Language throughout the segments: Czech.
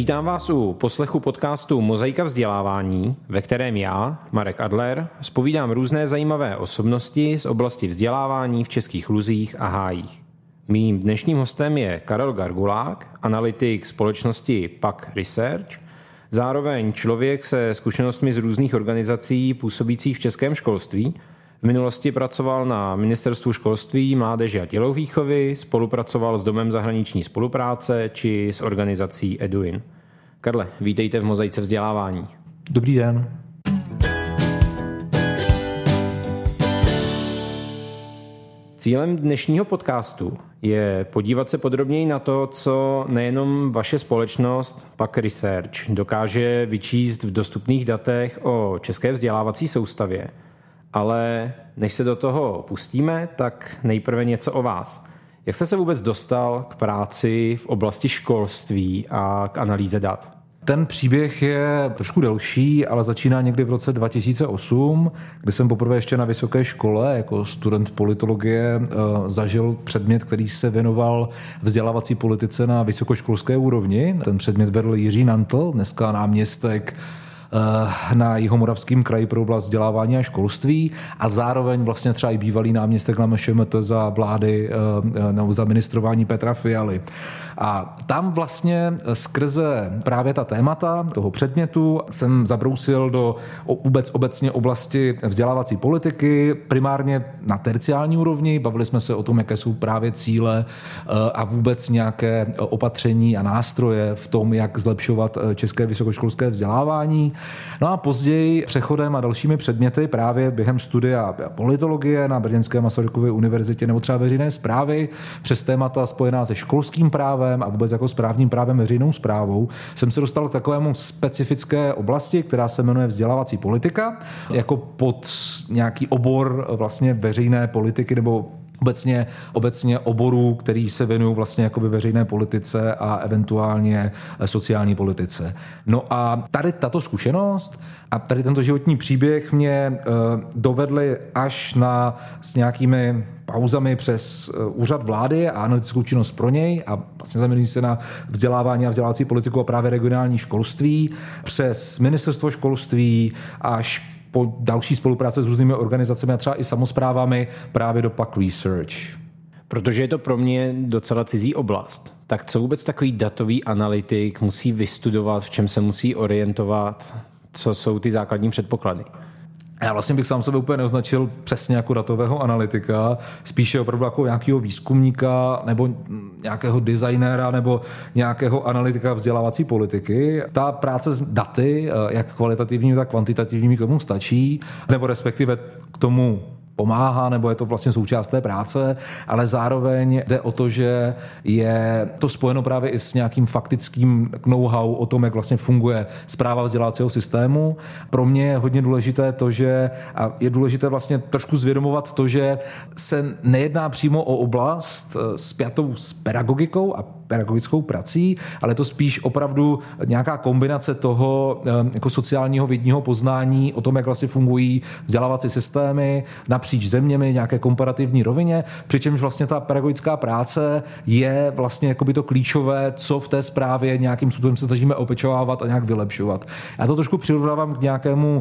Vítám vás u poslechu podcastu Mozaika vzdělávání, ve kterém já, Marek Adler, zpovídám různé zajímavé osobnosti z oblasti vzdělávání v Českých Luzích a Hájích. Mým dnešním hostem je Karel Gargulák, analytik společnosti PAQ Research, zároveň člověk se zkušenostmi z různých organizací působících v českém školství. V minulosti pracoval na Ministerstvu školství, mládeže a tělovýchovy, spolupracoval s Domem zahraniční spolupráce či s organizací Eduin. Karle, vítejte v Mozaice vzdělávání. Dobrý den. Cílem dnešního podcastu je podívat se podrobněji na to, co nejenom vaše společnost PAQ Research dokáže vyčíst v dostupných datech o české vzdělávací soustavě. Ale než se do toho pustíme, tak nejprve něco o vás. Jak jste se vůbec dostal k práci v oblasti školství a k analýze dat? Ten příběh je trošku delší, ale začíná někdy v roce 2008, kdy jsem poprvé ještě na vysoké škole jako student politologie zažil předmět, který se věnoval vzdělávací politice na vysokoškolské úrovni. Ten předmět vedl Jiří Nantl, dneska náměstek na Jihomoravském kraji pro oblast vzdělávání a školství a zároveň vlastně třeba i bývalý náměstek na MŠMT za vlády nebo za ministrování Petra Fialy. A tam vlastně skrze právě ta témata toho předmětu jsem zabrousil do obecně oblasti vzdělávací politiky, primárně na terciální úrovni. Bavili jsme se o tom, jaké jsou právě cíle a vůbec nějaké opatření a nástroje v tom, jak zlepšovat české vysokoškolské vzdělávání. No a později přechodem a dalšími předměty právě během studia politologie na Brněnské Masarykově univerzitě nebo třeba veřejné správy přes témata spojená se školským právem a vůbec jako správním právem, veřejnou správou jsem se dostal k takovému specifické oblasti, která se jmenuje vzdělávací politika, jako pod nějaký obor vlastně veřejné politiky nebo obecně oborů, který se věnují vlastně jako veřejné politice a eventuálně sociální politice. No a tady tato zkušenost a tady tento životní příběh mě dovedly až s nějakými pauzami přes úřad vlády a analytickou činnost pro něj a vlastně zaměřují se na vzdělávání a vzdělávací politiku a právě regionální školství přes ministerstvo školství až po další spolupráce s různými organizacemi a třeba i samosprávami právě do PAQ Research. Protože je to pro mě docela cizí oblast, tak co vůbec takový datový analytik musí vystudovat, v čem se musí orientovat, co jsou ty základní předpoklady? Já vlastně bych sám sebe úplně neoznačil přesně jako datového analytika, spíše opravdu jako nějakého výzkumníka nebo nějakého designéra nebo nějakého analytika vzdělávací politiky. Ta práce s daty, jak kvalitativními, tak kvantitativními, k tomu stačí, nebo respektive k tomu pomáhá, nebo je to vlastně součást té práce, ale zároveň jde o to, že je to spojeno právě i s nějakým faktickým know-how o tom, jak vlastně funguje správa vzdělávacího systému. Pro mě je hodně důležité to, že a je důležité vlastně trošku zvědomovat to, že se nejedná přímo o oblast spjatou s pedagogikou a pedagogickou prací, ale je to spíš opravdu nějaká kombinace toho jako sociálního vědního poznání o tom, jak vlastně fungují vzdělávací systémy napříč zeměmi, nějaké komparativní rovině, přičemž vlastně ta pedagogická práce je vlastně jakoby to klíčové, co v té správě nějakým způsobem se snažíme opečovávat a nějak vylepšovat. Já to trošku přirovnávám k nějakému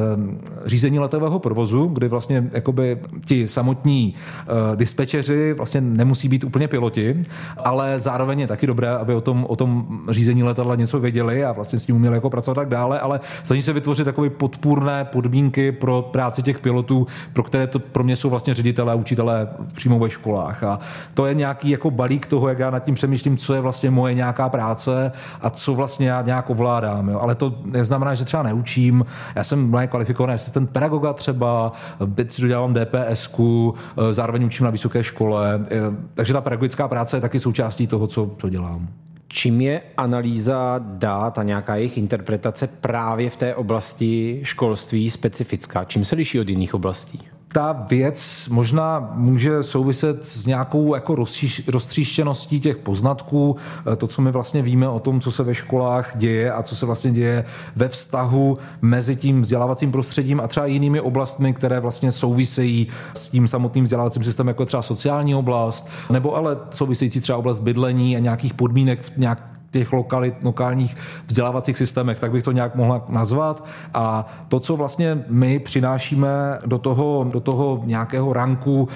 řízení letového provozu, kdy vlastně jakoby ti samotní dispečeři vlastně nemusí být úplně piloti, ale zároveň je taky dobré, aby o tom řízení letadla něco věděli a vlastně s tím uměli jako pracovat tak dále, ale snaží se vytvořit takové podpůrné podmínky pro práci těch pilotů, pro které to pro mě jsou vlastně ředitelé a učitelé přímo ve školách. A to je nějaký jako balík toho, jak já nad tím přemýšlím, co je vlastně moje nějaká práce a co vlastně já nějak ovládám. Jo. Ale to neznamená, že třeba neučím. Já jsem mladý kvalifikovaný asistent pedagoga třeba, teď si dodělám DPSku, zároveň učím na vysoké škole. Takže ta pedagogická práce je taky součástí toho, co dělám. Čím je analýza dat a nějaká jejich interpretace právě v té oblasti školství specifická? Čím se liší od jiných oblastí? Ta věc možná může souviset s nějakou jako roztříštěností těch poznatků, to, co my vlastně víme o tom, co se ve školách děje a co se vlastně děje ve vztahu mezi tím vzdělávacím prostředím a třeba jinými oblastmi, které vlastně souvisejí s tím samotným vzdělávacím systémem, jako třeba sociální oblast, nebo ale související třeba oblast bydlení a nějakých podmínek v těch lokálních vzdělávacích systémech, tak bych to nějak mohla nazvat. A to, co vlastně my přinášíme do toho nějakého ranku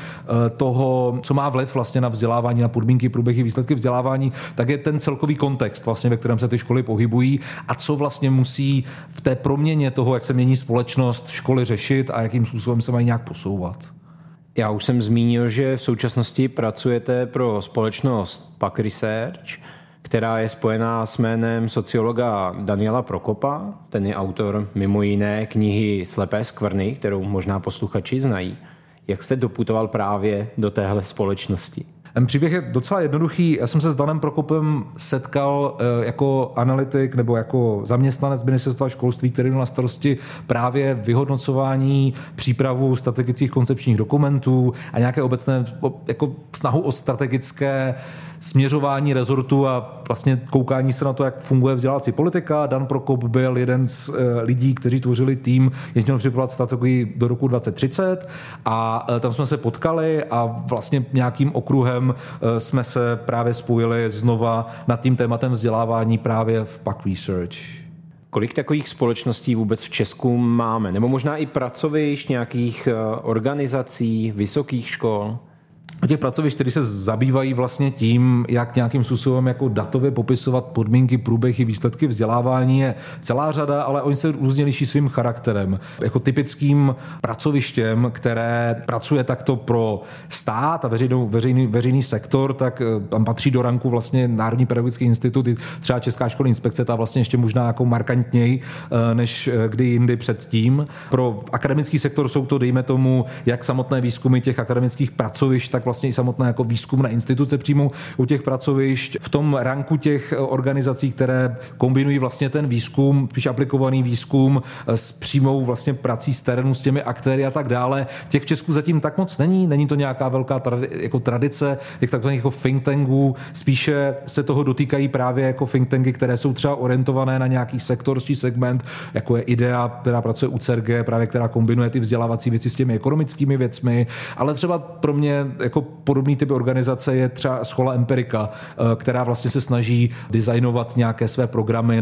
toho, co má vliv vlastně na vzdělávání, na podmínky, průběhy, výsledky vzdělávání, tak je ten celkový kontext, vlastně, ve kterém se ty školy pohybují a co vlastně musí v té proměně toho, jak se mění společnost, školy řešit a jakým způsobem se mají nějak posouvat. Já už jsem zmínil, že v současnosti pracujete pro společnost PAK Research, která je spojená s jménem sociologa Daniela Prokopa. Ten je autor mimo jiné knihy Slepé skvrny, kterou možná posluchači znají. Jak jste doputoval právě do téhle společnosti? Ten příběh je docela jednoduchý. Já jsem se s Danem Prokopem setkal jako analytik nebo jako zaměstnanec ministerstva školství, který měl na starosti právě vyhodnocování, přípravu strategických koncepčních dokumentů a nějaké obecné jako snahu o strategické směřování rezortu a vlastně koukání se na to, jak funguje vzdělávací politika. Dan Prokop byl jeden z lidí, kteří tvořili tým, jenž měl připravovat strategii do roku 2030 a tam jsme se potkali a vlastně nějakým okruhem jsme se právě spojili znova nad tím tématem vzdělávání právě v PAK Research. Kolik takových společností vůbec v Česku máme? Nebo možná i pracovišť, nějakých organizací, vysokých škol? Těch pracovišť, které se zabývají vlastně tím, jak nějakým způsobem jako datově popisovat podmínky, průběhy, výsledky vzdělávání, je celá řada, ale oni se různě liší svým charakterem. Jako typickým pracovištěm, které pracuje takto pro stát a veřejný sektor, tak tam patří do ranku vlastně Národní pedagogický institut, třeba Česká školní inspekce, ta vlastně ještě možná jako markantněji než kdy jindy předtím. Pro akademický sektor jsou to, dejme tomu, jak samotné výzkumy těch akademických pracovišť, tak vlastně i samotné jako výzkumné instituce přímo u těch pracovišť. V tom ranku těch organizací, které kombinují vlastně ten výzkum, spíš aplikovaný výzkum s přímou vlastně prací z terénu s těmi aktéry a tak dále. Těch v Česku zatím tak moc není. Není to nějaká velká jako tradice těch takzvaných jako think tanků. Spíše se toho dotýkají právě jako think tanky, které jsou třeba orientované na nějaký sektorský segment, jako je IDEA, která pracuje u CERG, právě která kombinuje ty vzdělávací věci s těmi ekonomickými věcmi, ale třeba pro mě jako podobný typ organizace je třeba Schola Empirika, která vlastně se snaží designovat nějaké své programy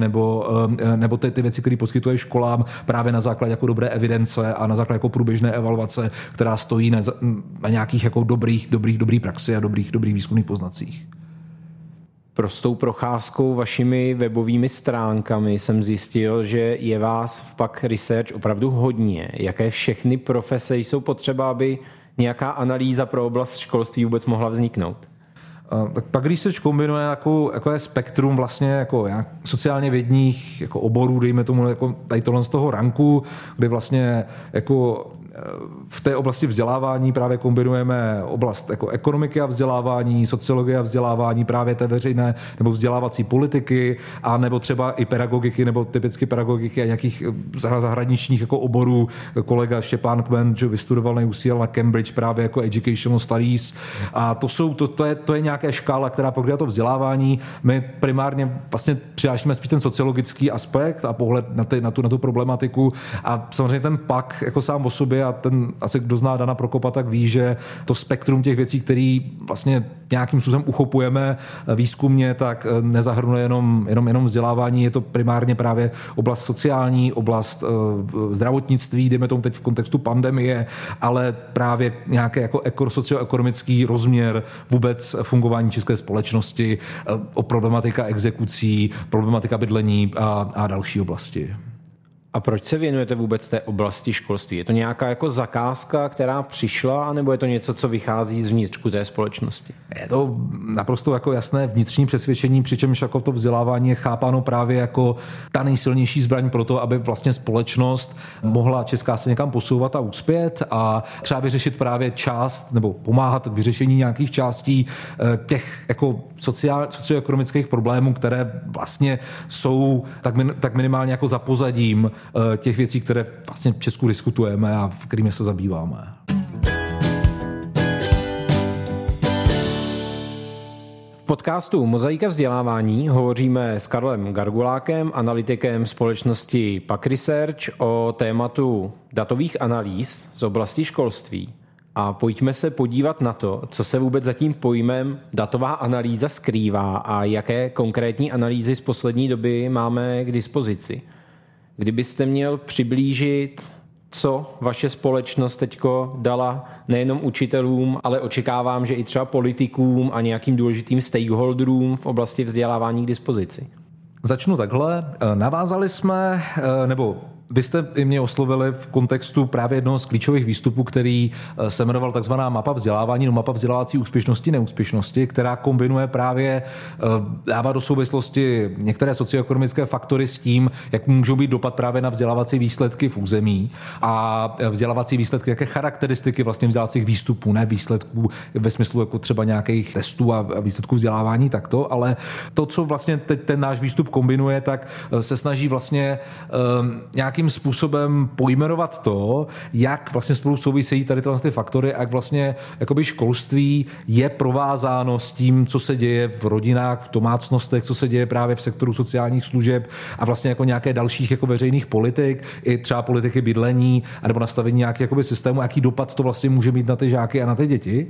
nebo ty věci, které poskytuje školám právě na základě jako dobré evidence a na základě jako průběžné evaluace, která stojí na nějakých jako dobrých praxi a dobrých výzkumných poznacích. Prostou procházkou vašimi webovými stránkami jsem zjistil, že je vás v PAK Research opravdu hodně. Jaké všechny profese jsou potřeba, aby nějaká analýza pro oblast školství vůbec mohla vzniknout? Tak PAK Research kombinuje jako je spektrum vlastně jako sociálně vědních jako oborů, dejme tomu jako tady tohle z toho ranku, kdy vlastně jako v té oblasti vzdělávání právě kombinujeme oblast jako ekonomiky a vzdělávání, sociologie a vzdělávání, právě té veřejné nebo vzdělávací politiky, a nebo třeba i pedagogiky nebo typicky pedagogiky a nějakých zahraničních jako oborů. Kolega Štěpán Kmen, že vystudoval na UCL na Cambridge právě jako Educational Studies. A to je nějaká škála, která pokrývá to vzdělávání. My primárně vlastně přinášíme spíš ten sociologický aspekt a pohled na tu problematiku. A samozřejmě ten PAK jako sám o sobě, a ten asi kdo zná Dana Prokopa, tak ví, že to spektrum těch věcí, které vlastně nějakým způsobem uchopujeme výzkumně, tak nezahrnuje jenom vzdělávání, je to primárně právě oblast sociální, oblast zdravotnictví, dejme tomu teď v kontextu pandemie, ale právě nějaký jako socioekonomický rozměr vůbec fungování české společnosti, o problematika exekucí, problematika bydlení a další oblasti. A proč se věnujete vůbec té oblasti školství? Je to nějaká jako zakázka, která přišla, anebo je to něco, co vychází z vnitřku té společnosti? Je to naprosto jako jasné vnitřní přesvědčení, přičemž jako to vzdělávání je chápáno právě jako ta nejsilnější zbraň pro to, aby vlastně společnost mohla česká se někam posouvat a uspět a třeba vyřešit právě část nebo pomáhat k vyřešení nějakých částí těch jako socioekonomických problémů, které vlastně jsou tak minimálně jako za pozadím těch věcí, které vlastně v Česku diskutujeme a v kterými se zabýváme. V podcastu Mozaika vzdělávání hovoříme s Karlem Gargulákem, analytikem společnosti PAK Research, o tématu datových analýz z oblasti školství. a pojďme se podívat na to, co se vůbec za tím pojmem datová analýza skrývá a jaké konkrétní analýzy z poslední doby máme k dispozici. Kdybyste měl přiblížit, co vaše společnost teďko dala nejenom učitelům, ale očekávám, že i třeba politikům a nějakým důležitým stakeholderům v oblasti vzdělávání k dispozici. Začnu takhle. Navázali jsme, nebo vy jste i mě oslovili v kontextu právě jednoho z klíčových výstupů, který se jmenoval takzvaná mapa vzdělávání, mapa vzdělávací úspěšnosti, neúspěšnosti, která kombinuje právě, dává do souvislosti některé socioekonomické faktory s tím, jak můžou být dopad právě na vzdělávací výsledky v území a vzdělávací výsledky, jaké charakteristiky vlastně vzdělávacích výstupů, ne výsledků ve smyslu jako třeba nějakých testů a výsledků vzdělávání takto, ale to, co vlastně teď ten náš výstup kombinuje, tak se snaží vlastně nějakým způsobem pojmenovat to, jak vlastně spolu souvisejí tady ty faktory a jak vlastně jakoby školství je provázáno s tím, co se děje v rodinách, v domácnostech, co se děje právě v sektoru sociálních služeb a vlastně jako nějaké dalších jako veřejných politik, i třeba politiky bydlení, anebo nastavení nějakých jakoby systému, jaký dopad to vlastně může mít na ty žáky a na ty děti.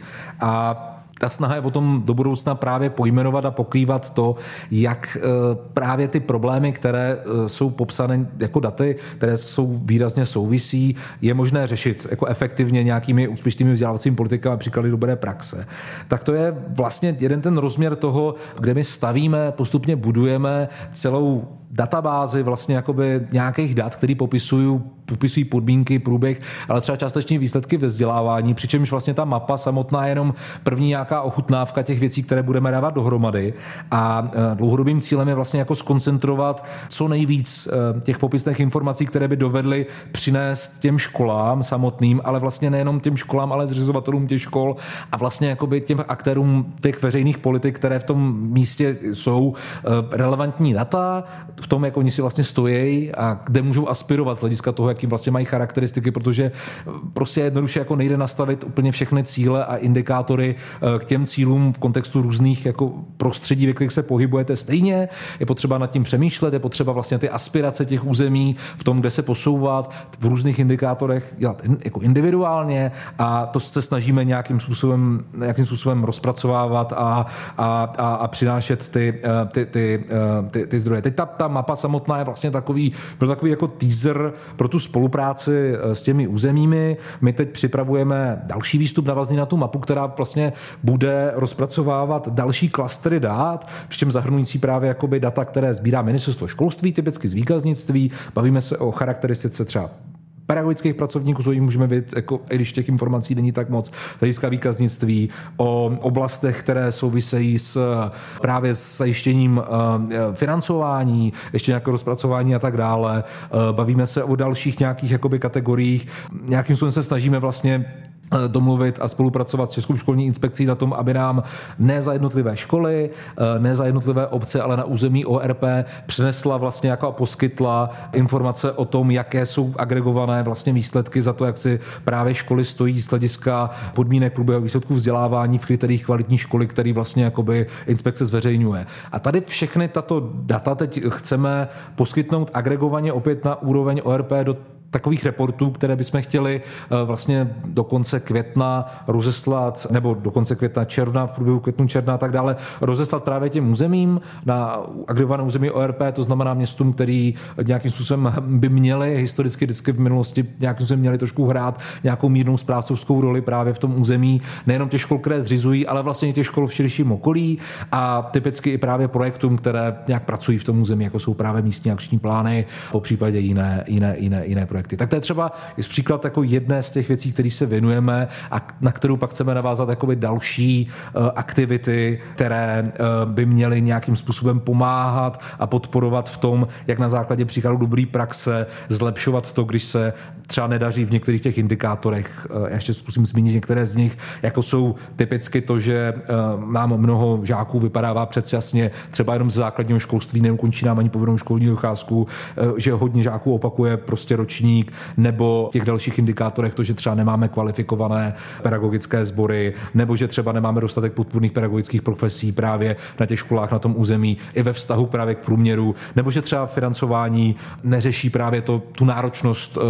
A ta snaha je o tom do budoucna právě pojmenovat a pokrývat to, jak právě ty problémy, které jsou popsané jako daty, které jsou výrazně souvisí, je možné řešit jako efektivně nějakými úspěšnými vzdělávacími politikami a příklady dobré praxe. Tak to je vlastně jeden ten rozměr toho, kde my stavíme, postupně budujeme celou databázi vlastně jakoby nějakých dat, které popisují podmínky, průběh, ale třeba částečně výsledky ve vzdělávání, přičemž vlastně ta mapa samotná je jenom první nějaká ochutnávka těch věcí, které budeme dávat dohromady a dlouhodobým cílem je vlastně jako skoncentrovat co nejvíc těch popisných informací, které by dovedly přinést těm školám samotným, ale vlastně nejenom těm školám, ale zřizovatelům těch škol a vlastně jakoby těm aktérům těch veřejných politik, které v tom místě jsou relevantní data, v tom, jak oni si vlastně stojí a kde můžou aspirovat z hlediska toho, jaký vlastně mají charakteristiky, protože prostě jednoduše jako nejde nastavit úplně všechny cíle a indikátory k těm cílům v kontextu různých jako prostředí, ve kterých se pohybujete stejně. Je potřeba nad tím přemýšlet, je potřeba vlastně ty aspirace těch území v tom, kde se posouvat, v různých indikátorech dělat jako individuálně a to se snažíme nějakým způsobem rozpracovávat a přinášet ty zdroje. Teď ta mapa samotná je vlastně byl takový jako teaser pro tu spolupráci s těmi územími. My teď připravujeme další výstup navazný na tu mapu, která vlastně bude rozpracovávat další klastry dat, přičem zahrnující právě jakoby data, které sbírá ministerstvo školství, typicky z výkaznictví. Bavíme se o charakteristice třeba pedagogických pracovníků, co jim můžeme vidět, jako, i když těch informací není tak moc, hlediska výkaznictví, o oblastech, které souvisejí právě s zajištěním financování, ještě nějaké rozpracování a tak dále. Bavíme se o dalších nějakých jakoby kategoriích. Nějakým způsobem se snažíme vlastně domluvit a spolupracovat s Českou školní inspekcí na tom, aby nám ne za jednotlivé školy, ne za jednotlivé obce, ale na území ORP přinesla vlastně jako poskytla informace o tom, jaké jsou agregované vlastně výsledky za to, jak si právě školy stojí z hlediska podmínek průběhu výsledků vzdělávání v kritériích kvalitní školy, který vlastně jakoby inspekce zveřejňuje. A tady všechny tato data teď chceme poskytnout agregovaně opět na úroveň ORP do takových reportů, které bychom chtěli vlastně do konce května rozeslat, nebo do konce května června, v průběhu květnu června a tak dále, rozeslat právě těm územím na agregované území ORP, to znamená městům, který nějakým způsobem by měli historicky vždycky v minulosti nějakým způsobem měli trošku hrát nějakou mírnou správcovskou roli právě v tom území, nejenom těch škol, které zřizují, ale vlastně i těch škol v širším okolí a typicky i právě projektům, které nějak pracují v tom území, jako jsou právě místní akční plány, popřípadě jiné projekty. Tak to je třeba příklad jako jedné z těch věcí, které se věnujeme a na kterou pak chceme navázat jakoby další aktivity, které by měly nějakým způsobem pomáhat a podporovat v tom, jak na základě příkladu dobré praxe zlepšovat to, když se třeba nedaří v některých těch indikátorech. Já ještě zkusím zmínit některé z nich, jako jsou typicky to, že nám mnoho žáků vypadává předčasně, třeba jenom ze základního školství neukončí nám ani povinnou školní docházku, že hodně žáků opakuje prostě ročník, nebo v těch dalších indikátorech to, že třeba nemáme kvalifikované pedagogické sbory, nebo že třeba nemáme dostatek podpůrných pedagogických profesí právě na těch školách na tom území i ve vztahu právě k průměru, nebo že třeba financování neřeší právě tu náročnost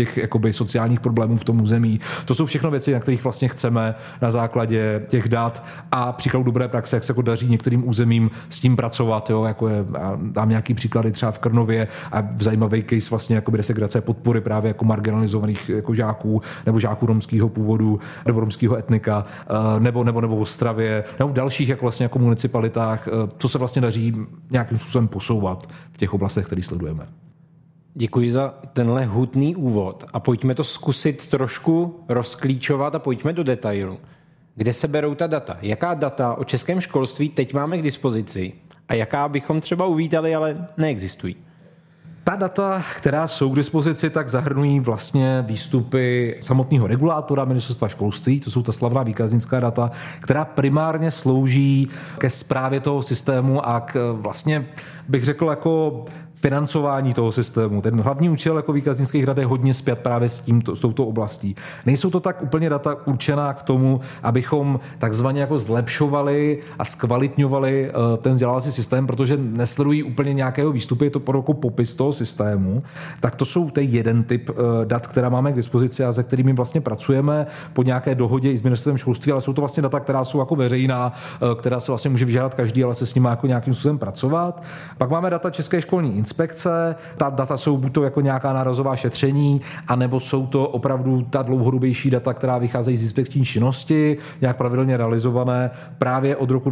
těch jakoby sociálních problémů v tom území. To jsou všechno věci, na kterých vlastně chceme na základě těch dat a příkladu dobré praxe, jak se jako daří některým územím s tím pracovat, jo, jako dám nějaký příklady třeba v Krnově a zajímavý case vlastně jako resegrace podpory právě jako marginalizovaných jako žáků nebo žáků romského původu nebo romského etnika nebo v Ostravě nebo v dalších jako vlastně jako municipalitách, co se vlastně daří nějakým způsobem posouvat v těch oblastech, které sledujeme. Děkuji za tenhle hutný úvod a pojďme to zkusit trošku rozklíčovat a pojďme do detailu. Kde se berou ta data? Jaká data o českém školství teď máme k dispozici a jaká bychom třeba uvítali, ale neexistují? Ta data, která jsou k dispozici, tak zahrnují vlastně výstupy samotného regulátora Ministerstva školství, to jsou ta slavná výkaznická data, která primárně slouží ke správě toho systému a k vlastně bych řekl jako financování toho systému. Ten hlavní účel jako výkaznických dat je hodně spjat právě s touto oblastí. Nejsou to tak úplně data určená k tomu, abychom takzvaně jako zlepšovali a zkvalitňovali ten vzdělávací systém, protože nesledují úplně nějakého výstupy, je to jako popis toho systému. Tak to jsou ten jeden typ dat, která máme k dispozici a se kterými vlastně pracujeme po nějaké dohodě i s Ministerstvem školství, ale jsou to vlastně data, která jsou jako veřejná, která se vlastně může vyžádat každý, ale se s nimi jako nějakým způsobem pracovat. Pak máme data České školní inspekce, ta data jsou buď to jako nějaká nárazová šetření, anebo jsou to opravdu ta dlouhodobější data, která vycházejí z inspekční činnosti, nějak pravidelně realizované právě od roku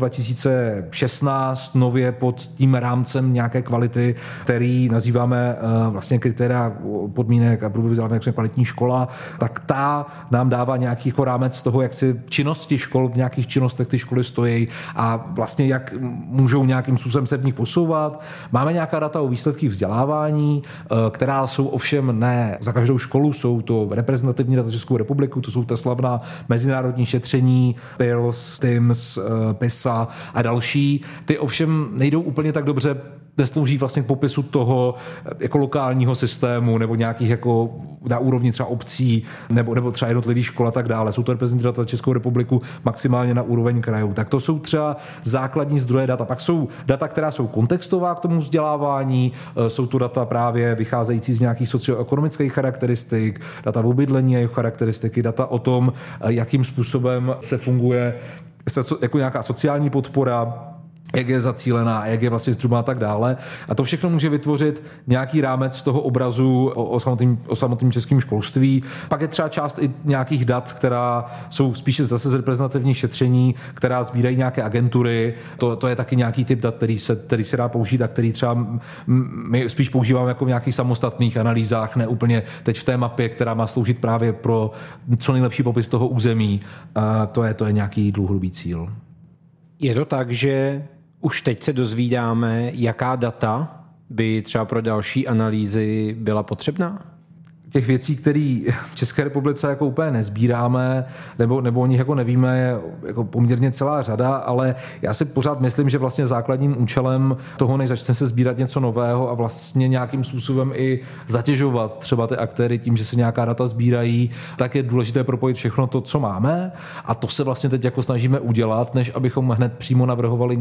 2016 nově pod tím rámcem nějaké kvality, který nazýváme vlastně kritéria podmínek a průběhu vzdělávání jako kvalitní škola, tak ta nám dává nějaký jako rámec toho, jak si činnosti škol v nějakých činnostech ty školy stojí a vlastně jak můžou nějakým způsobem se v nich posouvat. Máme nějaká data o výsledcích vzdělávání, která jsou ovšem ne za každou školu, jsou to reprezentativní data Českou republiku, to jsou ta slavná mezinárodní šetření, PIRLS, TIMSS, PISA a další. Ty ovšem nejdou úplně tak dobře, neslouží vlastně k popisu toho jako lokálního systému nebo nějakých jako na úrovni třeba obcí nebo třeba jednotlivých škol a tak dále. Jsou to reprezentativní data Českou republiku maximálně na úroveň krajů. Tak to jsou třeba základní zdroje data. Pak jsou data, která jsou kontextová k tomu vzdělávání, jsou to data právě vycházející z nějakých socioekonomických charakteristik, data o bydlení a jeho charakteristiky, data o tom, jakým způsobem se funguje jako nějaká sociální podpora, jak je zacílená, jak je vlastně zhruba a tak dále. A to všechno může vytvořit nějaký rámec toho obrazu o samotném českém školství. Pak je třeba část i nějakých dat, která jsou spíše zase z reprezentativních šetření, která sbírají nějaké agentury. To je taky nějaký typ dat, který se dá použít a který třeba my spíš používáme jako v nějakých samostatných analýzách, ne úplně teď v té mapě, která má sloužit právě pro co nejlepší popis toho území. To je nějaký dlouhodobý cíl. Je to tak, že už teď se dozvídáme, jaká data by třeba pro další analýzy byla potřebná? Těch věcí, které v České republice jako úplně nezbíráme, nebo o nich jako nevíme, je jako poměrně celá řada, ale já si pořád myslím, že vlastně základním účelem toho, než začne se sbírat něco nového a vlastně nějakým způsobem i zatěžovat třeba ty aktéry tím, že se nějaká data sbírají, tak je důležité propojit všechno to, co máme, a to se vlastně teď jako snažíme udělat, než abychom hned přímo navrhovali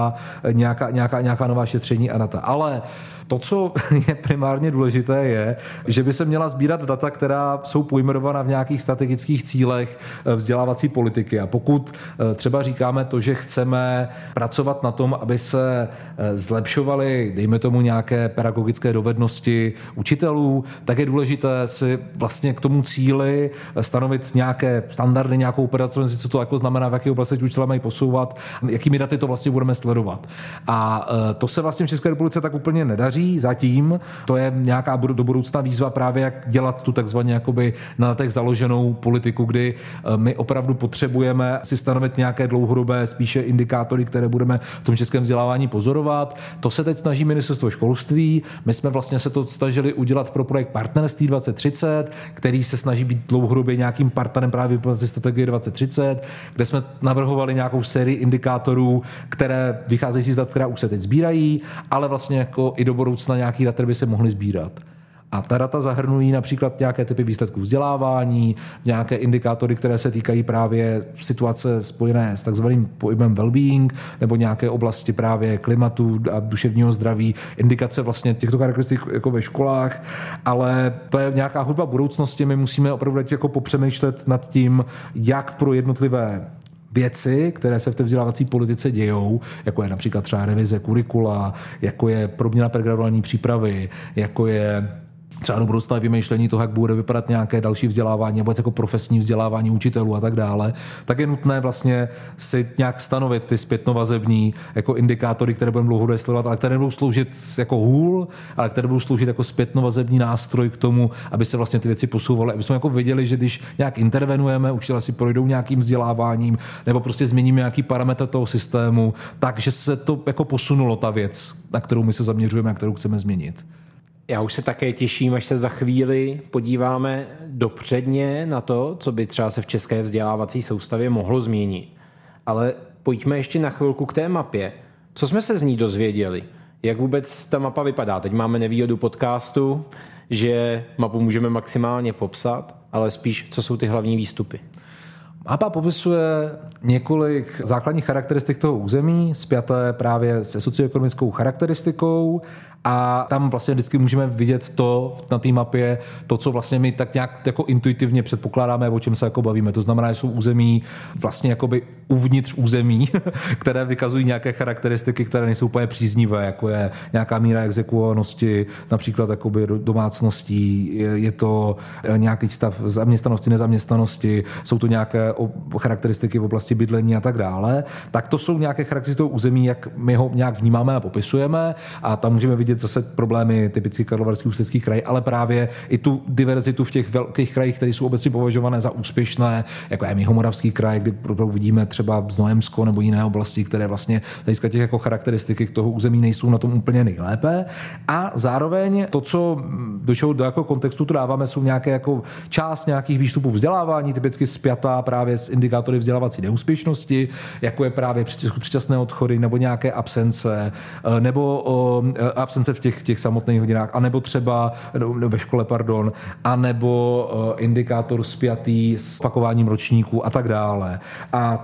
nějaká nová šetření a data. Ale to, co je primárně důležité, je, že by se měla sbírat data, která jsou pojmenovaná v nějakých strategických cílech vzdělávací politiky. A pokud třeba říkáme to, že chceme pracovat na tom, aby se zlepšovaly, dejme tomu, nějaké pedagogické dovednosti učitelů, tak je důležité si vlastně k tomu cíli stanovit nějaké standardy, nějakou operaci, co to jako znamená, v jaké oblasti učitelé mají posouvat, jakými daty to vlastně budeme sledovat. A to se vlastně v České republice tak úplně nedaří zatím. To je nějaká do budoucna výzva právě, jak dělat tu takzvaně jakoby na datech založenou politiku, kdy my opravdu potřebujeme si stanovit nějaké dlouhodobé spíše indikátory, které budeme v tom českém vzdělávání pozorovat. To se teď snaží Ministerstvo školství. My jsme vlastně se to snažili udělat pro projekt Partnerství 2030, který se snaží být dlouhodobě nějakým partnerem právě implementace strategie 2030, kde jsme navrhovali nějakou sérii indikátorů, které vycházejí z dat, která už se teď sbírají, ale vlastně jako i do budoucna nějaký data by se mohly sbírat. A ta data zahrnují například nějaké typy výsledků vzdělávání, nějaké indikátory, které se týkají právě situace spojené s takzvaným pojmem well-being, nebo nějaké oblasti právě klimatu a duševního zdraví, indikace vlastně těchto charakteristik jako ve školách, ale to je nějaká hudba budoucnosti. My musíme opravdu jako popřemýšlet nad tím, jak pro jednotlivé věci, které se v té vzdělávací politice dějou, jako je například třeba revize kurikula, jako je proměna pregraduální přípravy, jako je třeba do budoucna vymýšlení toho, jak bude vypadat nějaké další vzdělávání, nebo jako profesní vzdělávání učitelů a tak dále, tak je nutné vlastně si nějak stanovit ty zpětnovazební jako indikátory, které budeme dlouhodobě sledovat, ale které budou sloužit jako hůl, ale které budou sloužit jako zpětnovazební nástroj k tomu, aby se vlastně ty věci posouvaly, aby jsme jako viděli, že když nějak intervenujeme, učitelé si projdou nějakým vzděláváním, nebo prostě změníme nějaký parametr toho systému, takže se to jako posunulo ta věc, na kterou my se zaměřujeme a kterou chceme změnit. Já už se také těším, až se za chvíli podíváme dopředně na to, co by třeba se v české vzdělávací soustavě mohlo změnit. Ale pojďme ještě na chvilku k té mapě. Co jsme se z ní dozvěděli? Jak vůbec ta mapa vypadá? Teď máme nevýhodu podcastu, že mapu můžeme maximálně popsat, ale spíš, co jsou ty hlavní výstupy? Mapa popisuje několik základních charakteristik toho území, spjaté právě se socioekonomickou charakteristikou, a tam vlastně vždycky můžeme vidět to na té mapě, to, co vlastně my tak nějak jako intuitivně předpokládáme, o čem se jako bavíme. To znamená, že jsou území vlastně jakoby uvnitř území, které vykazují nějaké charakteristiky, které nejsou úplně příznivé, jako je nějaká míra exekuovanosti, například jakoby domácností, je to nějaký stav zaměstnanosti, nezaměstnanosti, jsou to nějaké charakteristiky v oblasti bydlení a tak dále. Tak to jsou nějaké charakteristiky toho území, jak my ho nějak vnímáme a popisujeme, a tam můžeme vidět zase problémy typicky Karlovarský, Ústecký kraj, ale právě i tu diverzitu v těch velkých krajích, které jsou obecně považované za úspěšné, jako je Jihomoravský kraj, kdy vidíme třeba Znojemsko nebo jiné oblasti, které vlastně hlediska těch jako charakteristiky toho území nejsou na tom úplně nejlépe. A zároveň to, co do jako kontextu to dáváme, jsou nějaké jako část nějakých výstupů vzdělávání, typicky spjatá právě s indikátory vzdělávací neúspěšnosti, jako je právě předčasné odchody nebo nějaké absence, nebo absence v těch samotných hodinách, anebo třeba ve škole, anebo indikátor spjatý s opakováním ročníků a tak dále. A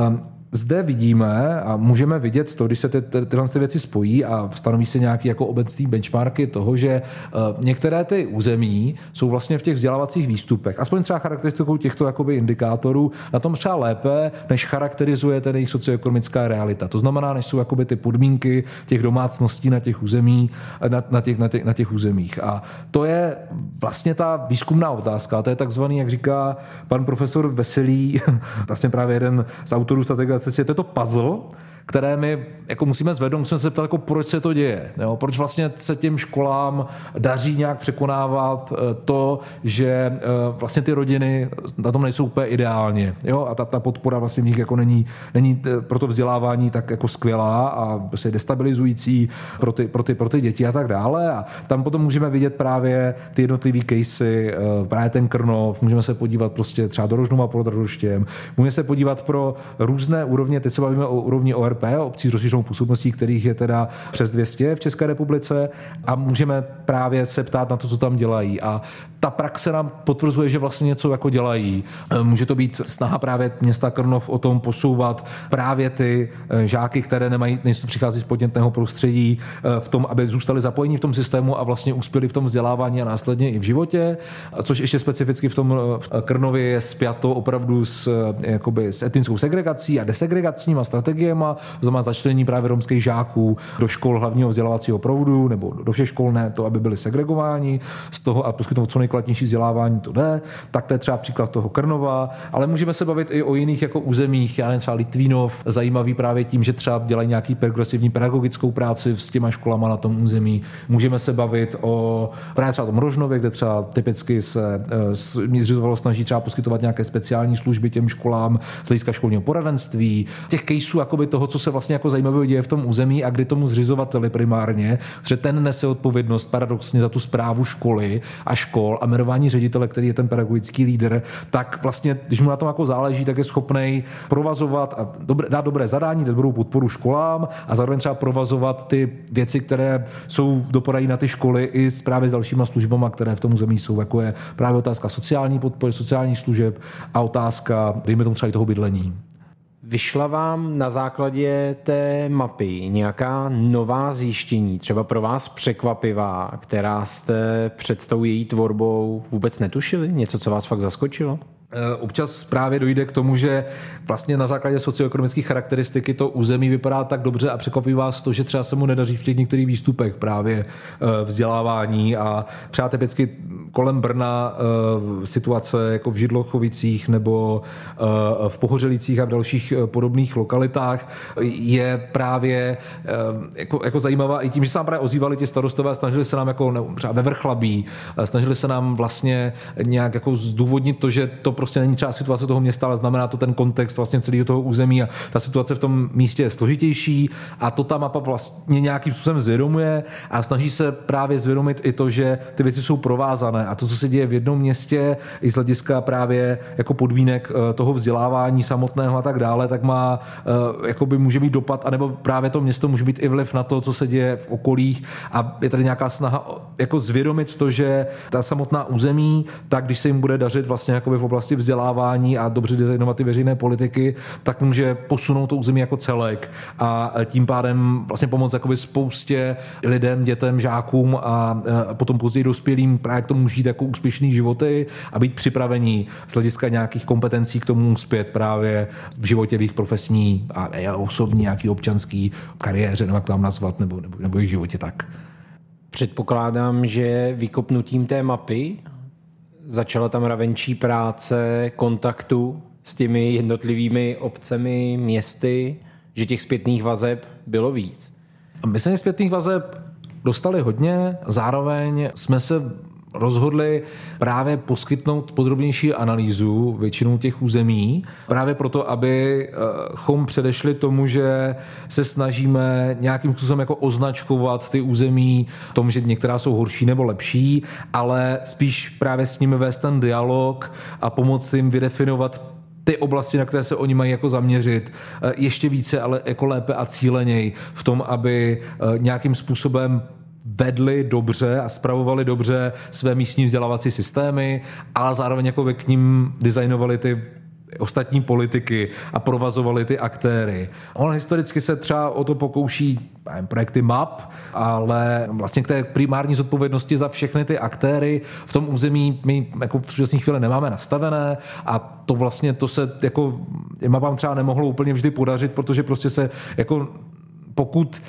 zde vidíme a můžeme vidět to, když se tyhle věci spojí a stanoví se nějaký jako obecný benchmarky toho, že některé ty území jsou vlastně v těch vzdělávacích výstupech, aspoň třeba charakteristikou těchto jakoby indikátorů, na tom třeba lépe, než charakterizuje ten jejich socioekonomická realita. To znamená, než jsou jakoby ty podmínky těch domácností na těch území, na těch územích. A to je vlastně ta výzkumná otázka. To je takzvaný, jak říká pan profesor Veselý, vlastně právě jeden z autorů strategie, to je to puzzle, které my jako musíme zvednout, musíme se ptát, jako proč se to děje. Jo? Proč vlastně se těm školám daří nějak překonávat to, že vlastně ty rodiny na tom nejsou úplně ideálně. Jo? A ta podpora vlastně v nich jako není pro to vzdělávání tak jako skvělá a prostě destabilizující pro ty děti a tak dále. A tam potom můžeme vidět právě ty jednotlivý casey, právě ten Krnov, můžeme se podívat prostě třeba do Rožnova pod Radhoštěm, můžeme se podívat pro různé úrovně, teď se bavíme o úrovni ORP, obcí s rozšířenou působností, kterých je teda přes 200 v České republice, a můžeme právě se ptát na to, co tam dělají. A ta praxe nám potvrzuje, že vlastně něco jako dělají. Může to být snaha právě města Krnov o tom posouvat právě ty žáky, které nejsou přichází z podnětného prostředí, v tom, aby zůstali zapojení v tom systému a vlastně uspěli v tom vzdělávání a následně i v životě, což ještě specificky v tom Krnově je spjato opravdu s etnickou segregací a desegregačníma strategiemi, to znamená začlenění právě romských žáků do škol hlavního vzdělávacího proudu nebo do všech škol, ne to, aby byli segregováni z toho a poskytnout co nejkvalitnější vzdělávání, to jde. Tak to je třeba příklad toho Krnova, ale můžeme se bavit i o jiných jako územích, já nevím, třeba Litvínov, zajímavý právě tím, že třeba dělají nějaký progresivní pedagogickou práci s těma školama na tom území. Můžeme se bavit o právě třeba tom Rožnově, kde třeba typicky se zřizovalo snaží třeba poskytovat nějaké speciální služby těm školám z hlediska školního poradenství, školství, těch caseů jakoby toho, co se vlastně jako zajímavého děje v tom území a kdy tomu zřizovateli primárně, že ten nese odpovědnost paradoxně za tu správu školy a škol a jmenování ředitele, který je ten pedagogický lídr, tak vlastně, když mu na tom jako záleží, tak je schopnej provazovat a dát dobré zadání, dát dobrou podporu školám a zároveň třeba provazovat ty věci, které dopadají na ty školy i právě s dalšíma službama, které v tom území jsou, jako je právě otázka sociální podpory, sociálních služeb a otázka, dejme tomu třeba i toho bydlení. Vyšla vám na základě té mapy nějaká nová zjištění, třeba pro vás překvapivá, která jste před tou její tvorbou vůbec netušili? Něco, co vás fakt zaskočilo? Občas právě dojde k tomu, že vlastně na základě socioekonomických charakteristiky to území vypadá tak dobře a překvapí vás to, že třeba se mu nedaří v těch některých výstupech právě vzdělávání a třeba typicky kolem Brna situace jako v Židlochovicích nebo v Pohořelicích a v dalších podobných lokalitách je právě jako zajímavá i tím, že se nám právě ozývali ti starostové a snažili se nám jako třeba ve Vrchlabí, snažili se nám vlastně nějak jako zdůvodnit to, že to prostě není třeba situace toho města, ale znamená to ten kontext vlastně celého toho území a ta situace v tom místě je složitější a to ta mapa vlastně nějakým způsobem zvědomuje a snaží se právě zvědomit i to, že ty věci jsou provázané a to, co se děje v jednom městě i z hlediska právě jako podmínek toho vzdělávání samotného a tak dále, tak má jakoby může mít dopad, anebo právě to město může mít i vliv na to, co se děje v okolích a je tady nějaká snaha jako zvědomit to, že ta samotná území, tak když se jim bude dařit vlastně jakoby v oblasti vzdělávání a dobře designovat ty veřejné politiky, tak může posunout to území jako celek a tím pádem vlastně pomoct jakoby spoustě lidem, dětem, žákům a potom později dospělým právě k tomu žít jako úspěšný životy a být připravení z hlediska nějakých kompetencí k tomu uspět právě v životě, v jejich profesní a osobní, nějaký občanský kariéře, nebo jak to mám nazvat, nebo jejich životě tak. Předpokládám, že vykopnutím té mapy začala tam ravenčí práce kontaktu s těmi jednotlivými obcemi, městy, že těch zpětných vazeb bylo víc. My jsme zpětných vazeb dostali hodně, zároveň jsme se rozhodli právě poskytnout podrobnější analýzu většinou těch území, právě proto, abychom předešli tomu, že se snažíme nějakým způsobem jako označkovat ty území v tom, že některá jsou horší nebo lepší, ale spíš právě s nimi vést ten dialog a pomoct jim vydefinovat ty oblasti, na které se oni mají jako zaměřit, ještě více, ale jako lépe a cíleněji v tom, aby nějakým způsobem vedli dobře a spravovali dobře své místní vzdělávací systémy, ale zároveň jako k ním designovali ty ostatní politiky a provazovali ty aktéry. On historicky se třeba o to pokouší projekty MAP, ale vlastně k té primární zodpovědnosti za všechny ty aktéry v tom území my jako v současné chvíli nemáme nastavené a to vlastně to se jako mapám třeba nemohlo úplně vždy podařit, protože prostě se jako pokud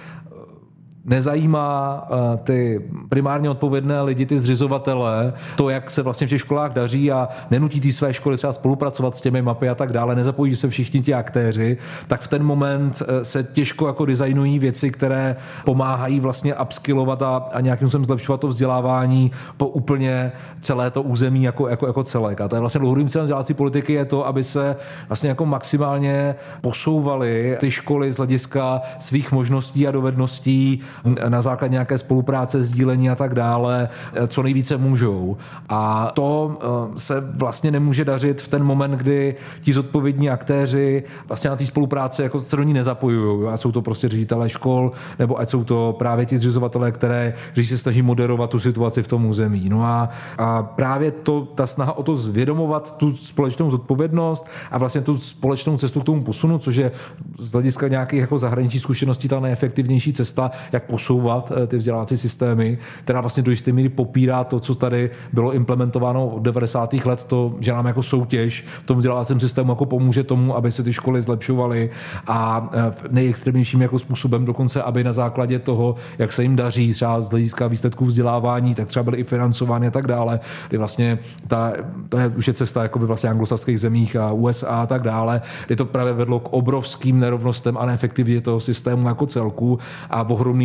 nezajímá ty primárně odpovědné lidi, ty zřizovatele, to, jak se vlastně v těch školách daří a nenutí ty své školy třeba spolupracovat s těmi mapy a tak dále, nezapojí se všichni ti aktéři, tak v ten moment se těžko jako designují věci, které pomáhají vlastně upskillovat a nějakým způsobem zlepšovat to vzdělávání po úplně celé to území jako celek. A to je vlastně dlouhodobým cílem vzdělávací politiky je to, aby se vlastně jako maximálně posouvaly ty školy z hlediska svých možností a dovedností na základě nějaké spolupráce, sdílení a tak dále, co nejvíce můžou. A to se vlastně nemůže dařit v ten moment, kdy ti zodpovědní aktéři vlastně na té spolupráce jako se do ní nezapojují. A jsou to prostě ředitelé škol, nebo ať jsou to právě ti zřizovatelé, kteří se snaží moderovat tu situaci v tom území. No a právě ta snaha o to zvědomovat tu společnou zodpovědnost a vlastně tu společnou cestu k tomu posunu, což je z hlediska nějakých jako zahraničních zkušeností ta nejefektivnější cesta, jak posouvat ty vzdělávací systémy, která vlastně do jisté míry popírá to, co tady bylo implementováno od 90. let, to, že nám jako soutěž v tom vzdělávacím systému jako pomůže tomu, aby se ty školy zlepšovaly a nejextrémnějším jako způsobem dokonce, aby na základě toho, jak se jim daří třeba z hlediska výsledků vzdělávání, tak třeba byly i financovány a tak dále, kdy vlastně to je už je cesta jako by vlastně anglosaských zemích a USA a tak dále, kdy to právě vedlo k obrovským nerovnostem a neefektivitě toho systému jako celku a ohromným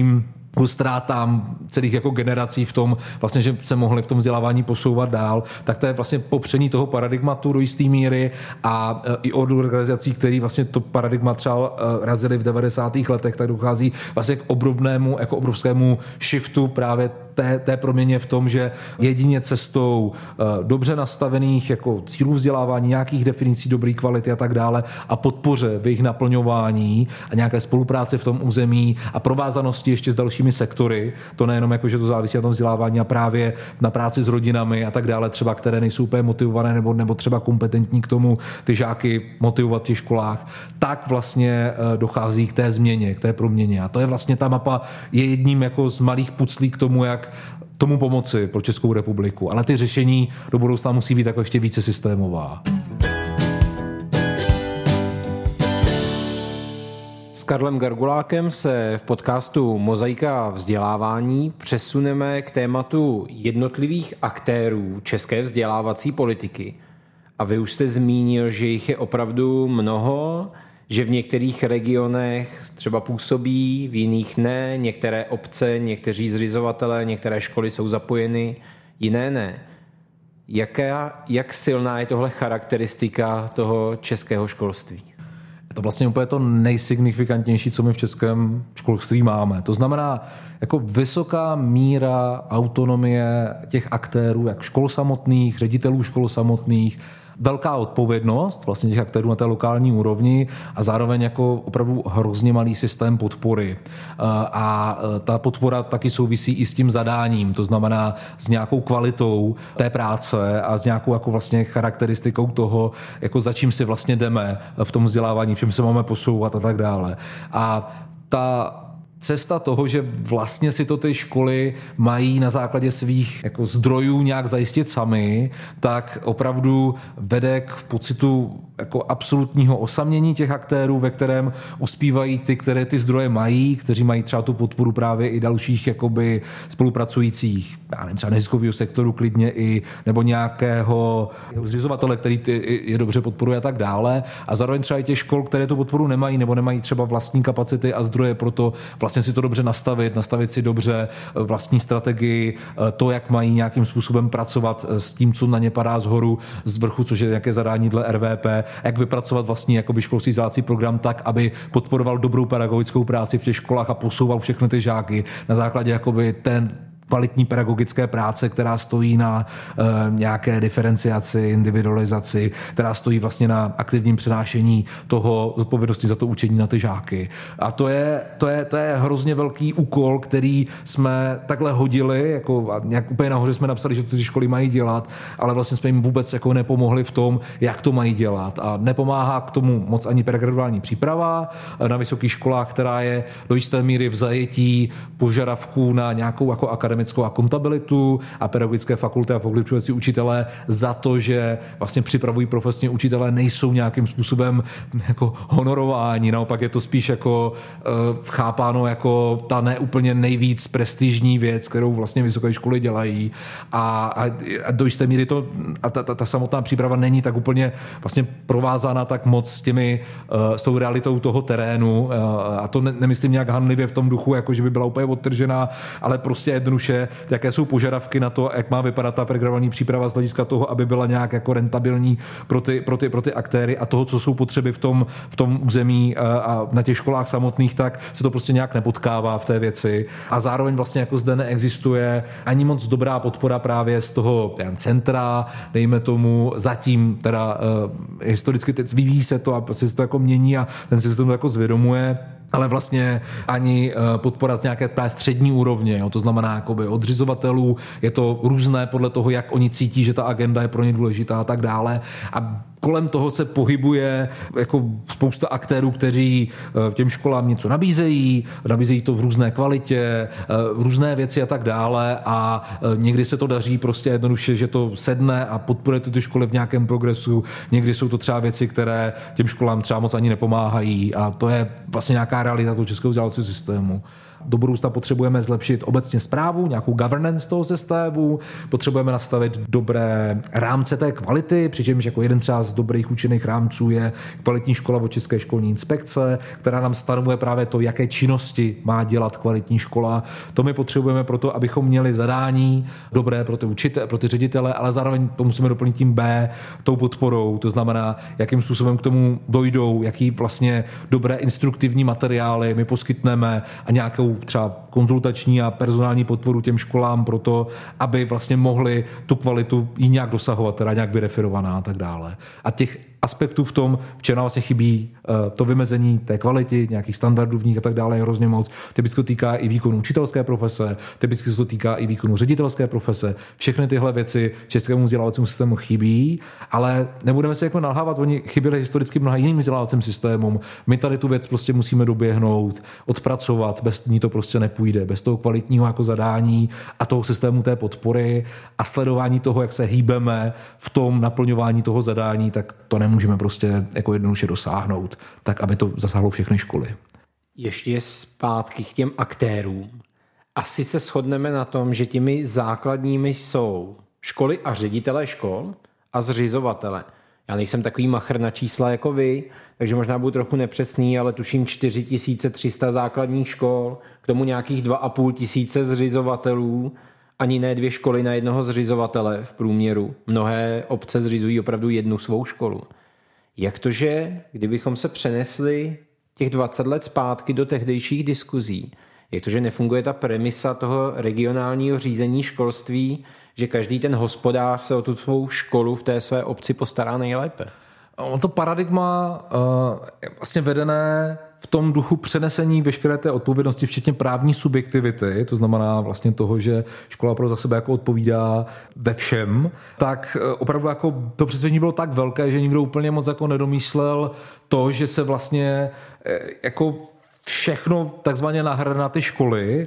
ztrátám celých jako generací v tom, vlastně, že se mohli v tom vzdělávání posouvat dál, tak to je vlastně popření toho paradigmatu do jisté míry a i od organizací, které vlastně to paradigma třeba razily v 90. letech, tak dochází vlastně k obrovskému shiftu právě té proměně v tom, že jedině cestou dobře nastavených jako cílů vzdělávání, nějakých definicí dobré kvality a tak dále a podpoře v jejich naplňování a nějaké spolupráce v tom území a provázanosti ještě s dalšími sektory, to nejenom jako, že to závisí na tom vzdělávání a právě na práci s rodinami a tak dále, třeba které nejsou úplně motivované nebo třeba kompetentní k tomu ty žáky motivovat v těch školách, tak vlastně dochází k té změně, k té proměně. A to je vlastně ta mapa, je jedním jako z malých puclí k tomu, jak tomu pomoci pro Českou republiku. Ale ty řešení do budoucna musí být jako ještě více systémová. S Karlem Gargulákem se v podcastu Mozaika vzdělávání přesuneme k tématu jednotlivých aktérů české vzdělávací politiky. A vy už jste zmínil, že jich je opravdu mnoho, že v některých regionech třeba působí, v jiných ne, některé obce, někteří zřizovatelé, některé školy jsou zapojeny, jiné ne. Jak silná je tohle charakteristika toho českého školství? Je to vlastně úplně to nejsignifikantnější, co my v českém školství máme. To znamená jako vysoká míra autonomie těch aktérů, jak škol samotných, ředitelů škol samotných, velká odpovědnost vlastně těch aktérů na té lokální úrovni a zároveň jako opravdu hrozně malý systém podpory. A ta podpora taky souvisí i s tím zadáním, to znamená s nějakou kvalitou té práce a s nějakou jako vlastně charakteristikou toho, jako za čím si vlastně jdeme v tom vzdělávání, v čem se máme posouvat a tak dále. A ta cesta toho, že vlastně si to ty školy mají na základě svých jako zdrojů nějak zajistit sami, tak opravdu vede k pocitu jako absolutního osamění těch aktérů, ve kterém uspívají ty, které ty zdroje mají, kteří mají třeba tu podporu právě i dalších jakoby spolupracujících, já nevím, třeba neziskového sektoru klidně i, nebo nějakého zřizovatele, který je dobře podporuje a tak dále. A zároveň třeba i těch škol, které tu podporu nemají, nebo nemají třeba vlastní kapacity a zdroje pro to vlastně si to dobře nastavit si dobře vlastní strategii, to, jak mají nějakým způsobem pracovat s tím, co na ně padá zhoru, z vrchu, což je nějaké zadání dle RVP, jak vypracovat vlastní jakoby školský vzdělávací program tak, aby podporoval dobrou pedagogickou práci v těch školách a posouval všechny ty žáky na základě jakoby ten kvalitní pedagogické práce, která stojí na nějaké diferenciaci, individualizaci, která stojí vlastně na aktivním přenášení toho zodpovědnosti za to učení na ty žáky. A to je hrozně velký úkol, který jsme takhle hodili, jako nějak úplně nahoře jsme napsali, že ty školy mají dělat, ale vlastně jsme jim vůbec jako nepomohli v tom, jak to mají dělat. A nepomáhá k tomu moc ani pregraduální příprava na vysokých školách, která je do jisté míry v zajetí požadavků na nějakou jako akademickou akontabilitu a pedagogické fakulty a fakultující učitelé za to, že vlastně připravují profesně učitelé, nejsou nějakým způsobem jako honorováni. Naopak je to spíš jako chápáno jako ta neúplně nejvíc prestižní věc, kterou vlastně vysoké školy dělají. A do jisté míry to a ta samotná příprava není tak úplně vlastně provázána tak moc s tou realitou toho terénu. A to nemyslím nějak hanlivě v tom duchu, jako že by byla úplně odtržená, ale prostě jednoduše, jaké jsou požadavky na to, jak má vypadat ta pregraduální příprava z hlediska toho, aby byla nějak jako rentabilní pro ty aktéry a toho, co jsou potřeby v tom území a na těch školách samotných, tak se to prostě nějak nepotkává v té věci. A zároveň vlastně jako zde neexistuje ani moc dobrá podpora právě z toho centra, dejme tomu, zatím teda historicky teď vyvíjí se to a prostě se to jako mění a ten systém to jako zvědomuje, ale vlastně ani podpora z nějaké střední úrovně, jo, to znamená jakoby od zřizovatelů, je to různé podle toho, jak oni cítí, že ta agenda je pro ně důležitá a tak dále. A kolem toho se pohybuje jako spousta aktérů, kteří těm školám něco nabízejí to v různé kvalitě, různé věci a tak dále a někdy se to daří prostě jednoduše, že to sedne a podporuje ty školy v nějakém progresu, někdy jsou to třeba věci, které těm školám třeba moc ani nepomáhají a to je vlastně nějaká realita toho českého vzdělávacího systému. Do budoucna potřebujeme zlepšit obecně správu, nějakou governance toho systému, potřebujeme nastavit dobré rámce té kvality, přičemž jako jeden třeba z dobrých účinných rámců je kvalitní škola od České školní inspekce, která nám stanovuje právě to, jaké činnosti má dělat kvalitní škola. To my potřebujeme proto, abychom měli zadání dobré pro ty ředitele, ale zároveň to musíme doplnit tím B, tou podporou, to znamená, jakým způsobem k tomu dojdou, jaký vlastně dobré instruktivní materiály my poskytneme a nějakou třeba konzultační a personální podporu těm školám pro to, aby vlastně mohli tu kvalitu jí nějak dosahovat, teda nějak vyreferovaná a tak dále. A těch aspektů v tom, v čem vlastně chybí to vymezení té kvality, nějakých standardů v nich a tak dále je hrozně moc. Typicky to týká i výkonu učitelské profese, typicky se to týká i výkonu ředitelské profese. Všechny tyhle věci českému vzdělávacímu systému chybí, ale nebudeme se jako nalhávat, oni chyběli historicky mnoha jiným vzdělávacím systémům. My tady tu věc prostě musíme doběhnout, odpracovat, bez ní to prostě nepůjde, bez toho kvalitního jako zadání a toho systému té podpory a sledování toho, jak se hýbeme v tom naplňování toho zadání, tak to nemůžeme prostě jako jednoduše dosáhnout, tak aby to zasáhlo všechny školy. Ještě zpátky k těm aktérům. Asi se shodneme na tom, že těmi základními jsou školy a ředitelé škol a zřizovatele. Já nejsem takový machr na čísla jako vy, takže možná budu trochu nepřesný, ale tuším 4300 základních škol, k tomu nějakých 2500 zřizovatelů, ani ne 2 školy na jednoho zřizovatele v průměru. Mnohé obce zřizují opravdu jednu svou školu. Jak to, že kdybychom se přenesli těch 20 let zpátky do tehdejších diskuzí, jak to, že nefunguje ta premisa toho regionálního řízení školství, že každý ten hospodář se o tu svou školu v té své obci postará nejlépe? To paradigma vlastně vedené v tom duchu přenesení veškeré té odpovědnosti, včetně právní subjektivity, to znamená vlastně toho, že škola pro za sebe jako odpovídá ve všem, tak opravdu jako to přesvědčení bylo tak velké, že nikdo úplně moc jako nedomýšlel to, že se vlastně jako všechno takzvaně nahrne na ty školy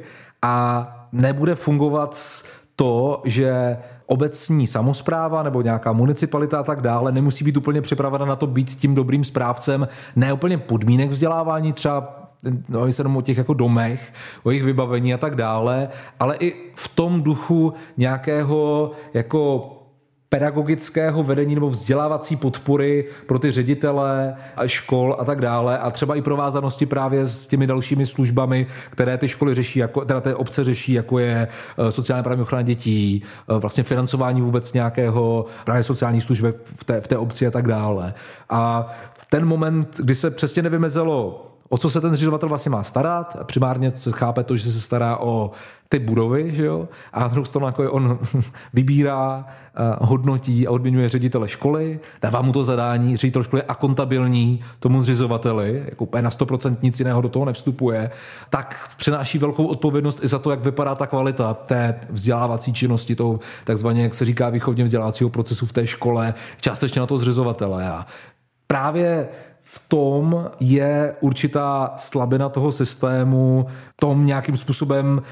a nebude fungovat to, že obecní samospráva nebo nějaká municipalita a tak dále nemusí být úplně připravena na to být tím dobrým správcem, ne úplně podmínek vzdělávání, třeba se o těch jako domech, o jejich vybavení a tak dále, ale i v tom duchu nějakého jako pedagogického vedení nebo vzdělávací podpory pro ty ředitele škol a tak dále a třeba i provázanosti právě s těmi dalšími službami, které ty školy řeší, jako, teda ty obce řeší, jako je sociální právní ochrana dětí, vlastně financování vůbec nějakého právě sociální služby v té obci a tak dále. A ten moment, kdy se přesně nevymezelo, o co se ten zřizovatel vlastně má starat, a primárně se chápe to, že se stará o ty budovy, že jo? A na druhou stranu jako on vybírá, hodnotí a odměňuje ředitele školy, dává mu to zadání, ředitel školy je akontabilní tomu zřizovateli, jako úplně na 100% nic jiného do toho nevstupuje, tak přináší velkou odpovědnost i za to, jak vypadá ta kvalita té vzdělávací činnosti, toho takzvaně, jak se říká, výchovně vzdělávacího procesu v té škole, částečně na to zřizovatele. A právě v tom je určitá slabina toho systému, tom nějakým způsobem,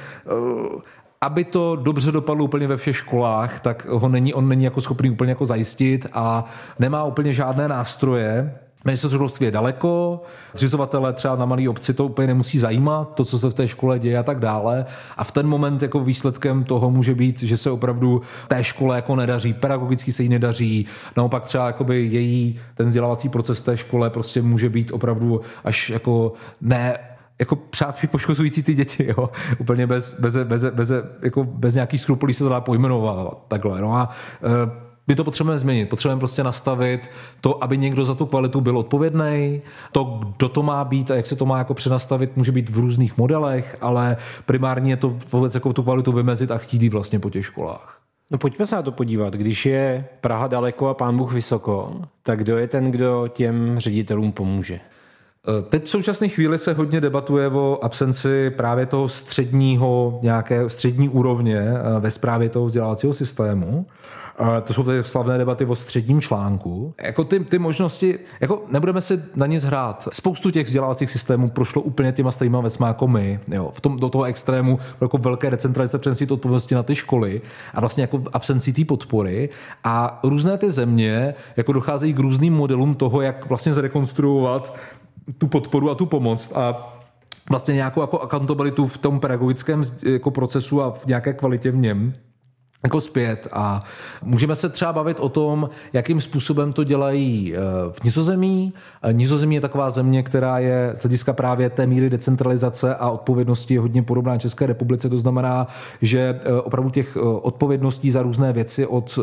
aby to dobře dopadlo úplně ve všech školách, tak on není jako schopný úplně jako zajistit a nemá úplně žádné nástroje. Ministerstvo školství je daleko, zřizovatelé třeba na malé obci to úplně nemusí zajímat, to, co se v té škole děje a tak dále. A v ten moment jako výsledkem toho může být, že se opravdu té škole jako nedaří, pedagogicky se jí nedaří, naopak třeba jakoby ten vzdělávací proces té škole prostě může být opravdu až jako ne jako třeba poškozující ty děti, jo? Úplně bez nějakých skrupulí se to dá pojmenovat takhle. No a my to potřebujeme změnit. Potřebujeme prostě nastavit to, aby někdo za tu kvalitu byl odpovědný. To, kdo to má být a jak se to má jako přenastavit, může být v různých modelech, ale primárně je to vůbec jako tu kvalitu vymezit a chtít ji vlastně po těch školách. No pojďme se na to podívat. Když je Praha daleko a Pán Bůh vysoko, tak kdo je ten, kdo těm ředitelům pomůže? Teď v současné chvíli se hodně debatuje o absenci právě toho střední úrovně ve správě toho vzdělávacího systému. To jsou ty slavné debaty o středním článku. Jako ty možnosti, jako nebudeme si na nic hrát. Spoustu těch vzdělávacích systémů prošlo úplně těma stejnýma věcma jako my. Jo. Do toho extrému jako velké decentralizace přenesít odpovědnosti na ty školy a vlastně jako absenci té podpory. A různé ty země jako docházejí k různým modelům toho, jak vlastně zrekonstruovat tu podporu a tu pomoc. A vlastně nějakou jako accountabilitu v tom pedagogickém jako procesu a v nějaké kvalitě v něm jako zpět. A můžeme se třeba bavit o tom, jakým způsobem to dělají v Nizozemí. Nizozemí je taková země, která je z hlediska právě té míry decentralizace a odpovědnosti hodně podobná České republice. To znamená, že opravdu těch odpovědností za různé věci od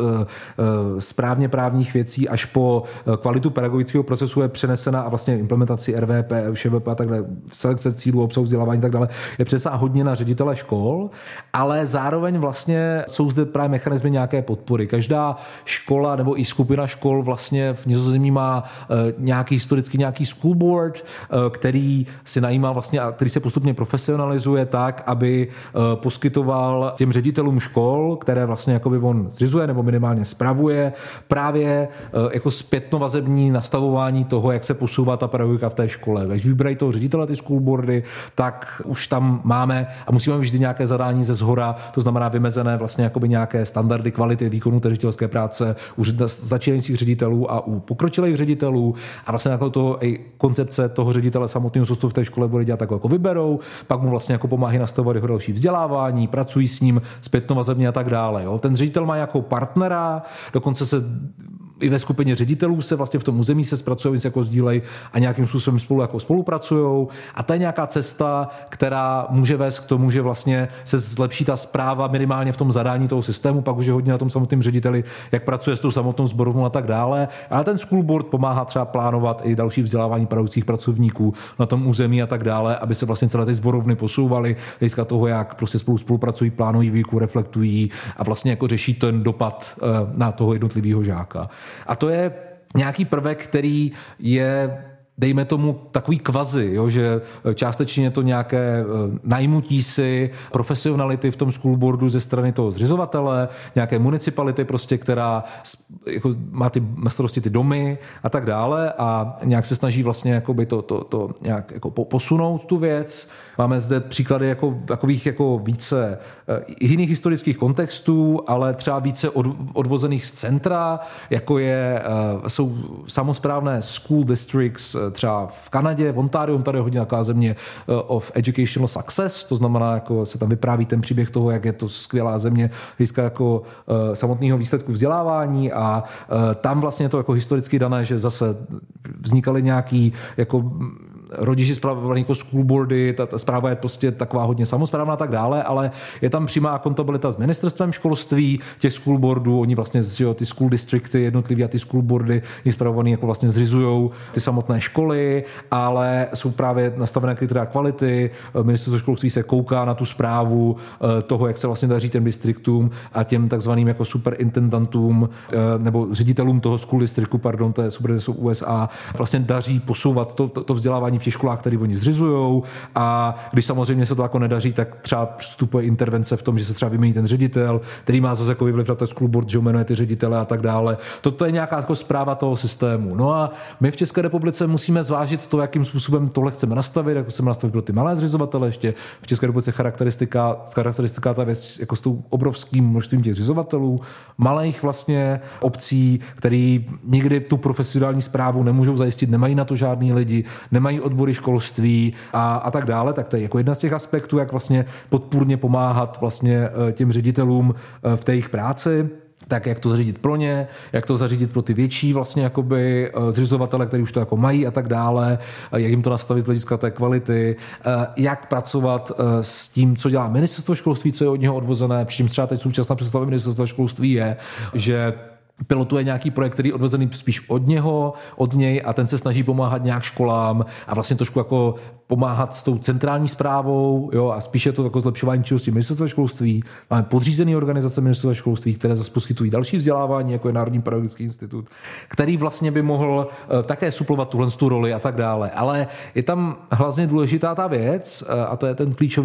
správně právních věcí až po kvalitu pedagogického procesu je přenesena a vlastně implementaci RVP, ŠVP a takhle, selekce cílů, obsahu vzdělávání a tak dále, je přenesena hodně na ředitele škol, ale zároveň vlastně jsou zde právě mechanismy nějaké podpory. Každá škola nebo i skupina škol vlastně v Nizozemí má historicky nějaký school board, který si najímá vlastně a který se postupně profesionalizuje tak, aby poskytoval těm ředitelům škol, které vlastně jakoby on zřizuje nebo minimálně spravuje, právě jako zpětnovazební nastavování toho, jak se posouvá ta pedagogika v té škole. Když vybrají toho ředitele ty school boardy, tak už tam máme a musíme vždy nějaké zadání ze zhora, to znamená vymezené vlastně jakoby nějaké standardy kvality výkonu té ředitelské práce u začínajících ředitelů a u pokročilých ředitelů a vlastně jako to i koncepce toho ředitele samotného, co v té škole bude dělat, tak jako vyberou, pak mu vlastně jako pomáhají nastavovat jeho další vzdělávání, pracují s ním zpětnovazebně a tak dále. Jo. Ten ředitel má jako partnera, dokonce se i ve skupině ředitelů se vlastně v tom území se zpracují, se jako sdílejí a nějakým způsobem spolupracují. A to je nějaká cesta, která může vést k tomu, že vlastně se zlepší ta správa minimálně v tom zadání toho systému, pak už je hodně na tom samotném řediteli, jak pracuje s tou samotnou sborovnou a tak dále. Ale ten school board pomáhá třeba plánovat i další vzdělávání pedagogických pracovníků na tom území a tak dále, aby se vlastně celé ty sborovny posouvaly, hlediska toho, jak prostě spolupracují, plánují výuku, reflektují a vlastně jako řeší ten dopad na toho jednotlivého žáka. A to je nějaký prvek, který je, dejme tomu, takový kvazi, jo, že částečně je to nějaké najmutí si profesionality v tom school boardu ze strany toho zřizovatele, nějaké municipality prostě, která jako má na starosti ty domy a tak dále a nějak se snaží vlastně jakoby to nějak jako posunout tu věc. Máme zde příklady jako takových jako více jiných historických kontextů, ale třeba více odvozených z centra, jako jsou samosprávné school districts třeba v Kanadě, v Ontáriu. Ontário je hodně taková země of educational success, to znamená, jako se tam vypráví ten příběh toho, jak je to skvělá země hlediska jako samotného výsledku vzdělávání a tam vlastně to jako historicky dané, že zase vznikaly nějaký jako rodiči spravovaný jako school boardy, ta správa je prostě taková hodně samosprávná a tak dále, ale je tam přímá akontabilita s ministerstvem školství, těch school boardů, oni vlastně ty school districty jednotlivý a ty school boardy spravovaný jako vlastně zřizujou ty samotné školy, ale jsou právě nastavené kritéria kvality, ministerstvo školství se kouká na tu správu toho, jak se vlastně daří těm distriktům a těm takzvaným jako superintendantům nebo ředitelům toho school districtu, pardon, to je superintendent USA, vlastně daří posouvat to vzdělávání v těch školách, které oni zřizujou a když samozřejmě se to jako nedaří, tak třeba vstupuje intervence v tom, že se třeba vymění ten ředitel, který má zase jako vliv na ten school board, že jmenuje ty ředitele a tak dále. Toto je nějaká jako správa toho systému. No a my v České republice musíme zvážit to, jakým způsobem tohle chceme nastavit, jako chceme nastavit pro ty malé zřizovatele, ještě v České republice charakteristika ta věc jako s tou obrovským množstvím těch zřizovatelů, malých vlastně obcí, který nikdy tu profesionální správu nemůžou zajistit, nemají na to žádný lidi, nemají odbory školství a tak dále, tak to je jako jedna z těch aspektů, jak vlastně podpůrně pomáhat vlastně těm ředitelům v té jejich práci. Tak jak to zařídit pro ně, jak to zařídit pro ty větší vlastně jakoby zřizovatele, kteří už to jako mají a tak dále, jak jim to nastavit z hlediska té kvality, jak pracovat s tím, co dělá ministerstvo školství, co je od něho odvozené, přičemž třeba teď současná představa ministerstva školství je, že pilotuje nějaký projekt, který je odvezený spíš od něj a ten se snaží pomáhat nějak školám a vlastně trošku jako pomáhat s tou centrální správou, jo, a spíše to jako zlepšování činnosti ministerstva školství. Máme podřízený organizace ministerstva školství, které zase poskytují další vzdělávání, jako je Národní pedagogický institut, který vlastně by mohl také suplovat tuhle roli a tak dále. Ale je tam hlavně důležitá ta věc, a to je ten klíčový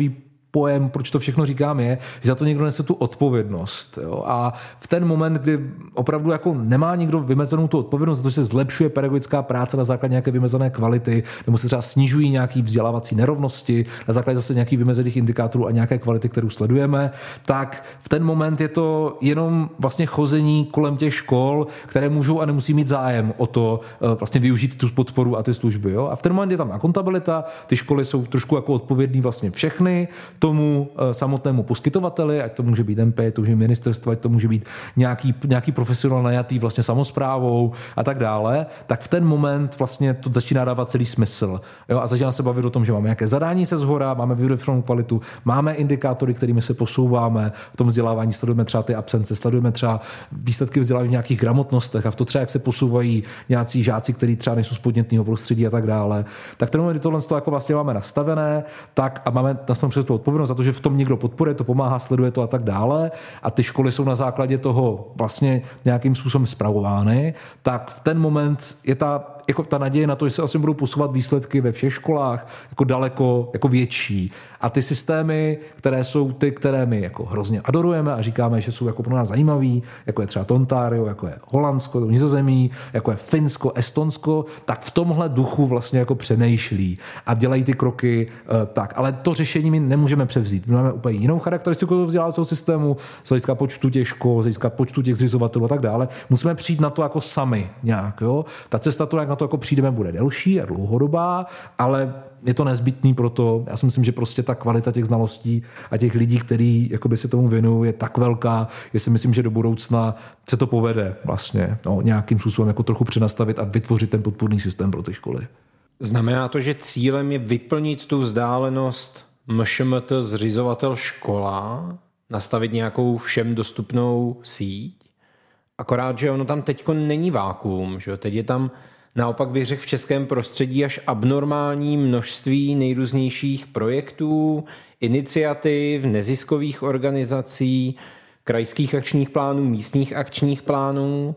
pojem, proč to všechno říkám, je, že za to někdo nese tu odpovědnost. Jo? A v ten moment, kdy opravdu jako nemá nikdo vymezenou tu odpovědnost, za to, že se zlepšuje pedagogická práce na základě nějaké vymezené kvality, nebo se třeba snižují nějaké vzdělávací nerovnosti na základě zase nějakých vymezených indikátorů a nějaké kvality, kterou sledujeme, tak v ten moment je to jenom vlastně chození kolem těch škol, které můžou a nemusí mít zájem o to vlastně využít tu podporu a ty služby. Jo? A v ten moment je tam akontabilita, ty školy jsou trošku jako odpovědný vlastně všechny tomu samotnému poskytovateli, ať to může být MP, to může být ministerstvo, ať to může být nějaký profesionál najatý vlastně samosprávou a tak dále, tak v ten moment vlastně to začíná dávat celý smysl. Jo? A začíná se bavit o tom, že máme nějaké zadání se zhora, máme vydefinovanou kvalitu, máme indikátory, kterými se posouváme v tom vzdělávání, sledujeme třeba ty absence, sledujeme třeba výsledky vzdělávání v nějakých gramotnostech a v to třeba, jak se posouvají nějací žáci, kteří třeba nejsou z podnětného prostředí a tak dále. Tak v ten moment, kdy tohle jako vlastně máme nastavené, tak a máme nastavenou přes tu odpovědnost za to, že v tom někdo podporuje, to pomáhá, sleduje to a tak dále, a ty školy jsou na základě toho vlastně nějakým způsobem spravovány, tak v ten moment je ta naděje na to, že se asi budou posouvat výsledky ve všech školách jako daleko jako větší. A ty systémy, které jsou ty, které my jako hrozně adorujeme a říkáme, že jsou jako pro nás zajímavý, jako je třeba Ontario, jako je Holandsko, Nizozemí, jako je Finsko, Estonsko, tak v tomhle duchu vlastně jako přemýšlí a dělají ty kroky tak. Ale to řešení my nemůžeme převzít. My máme úplně jinou charakteristiku toho vzdělávacího systému, z hlediska počtu těch škol, z hlediska počtu těch zřizovatelů a tak dále. Musíme přijít na to jako sami nějak. Jo? Ta cesta, to, jak na to jako přijdeme, bude delší a dlouhodobá, ale je to nezbytný proto. Já si myslím, že prostě ta kvalita těch znalostí a těch lidí, kteří jakoby se tomu věnují, je tak velká, že si myslím, že do budoucna se to povede vlastně nějakým způsobem jako trochu přenastavit a vytvořit ten podpůrný systém pro ty školy. Znamená to, že cílem je vyplnit tu vzdálenost MŠMT zřizovatel škola, nastavit nějakou všem dostupnou síť, akorát, že ono tam teďko není vákuum, že teď je tam naopak bych řekl v českém prostředí až abnormální množství nejrůznějších projektů, iniciativ, neziskových organizací, krajských akčních plánů, místních akčních plánů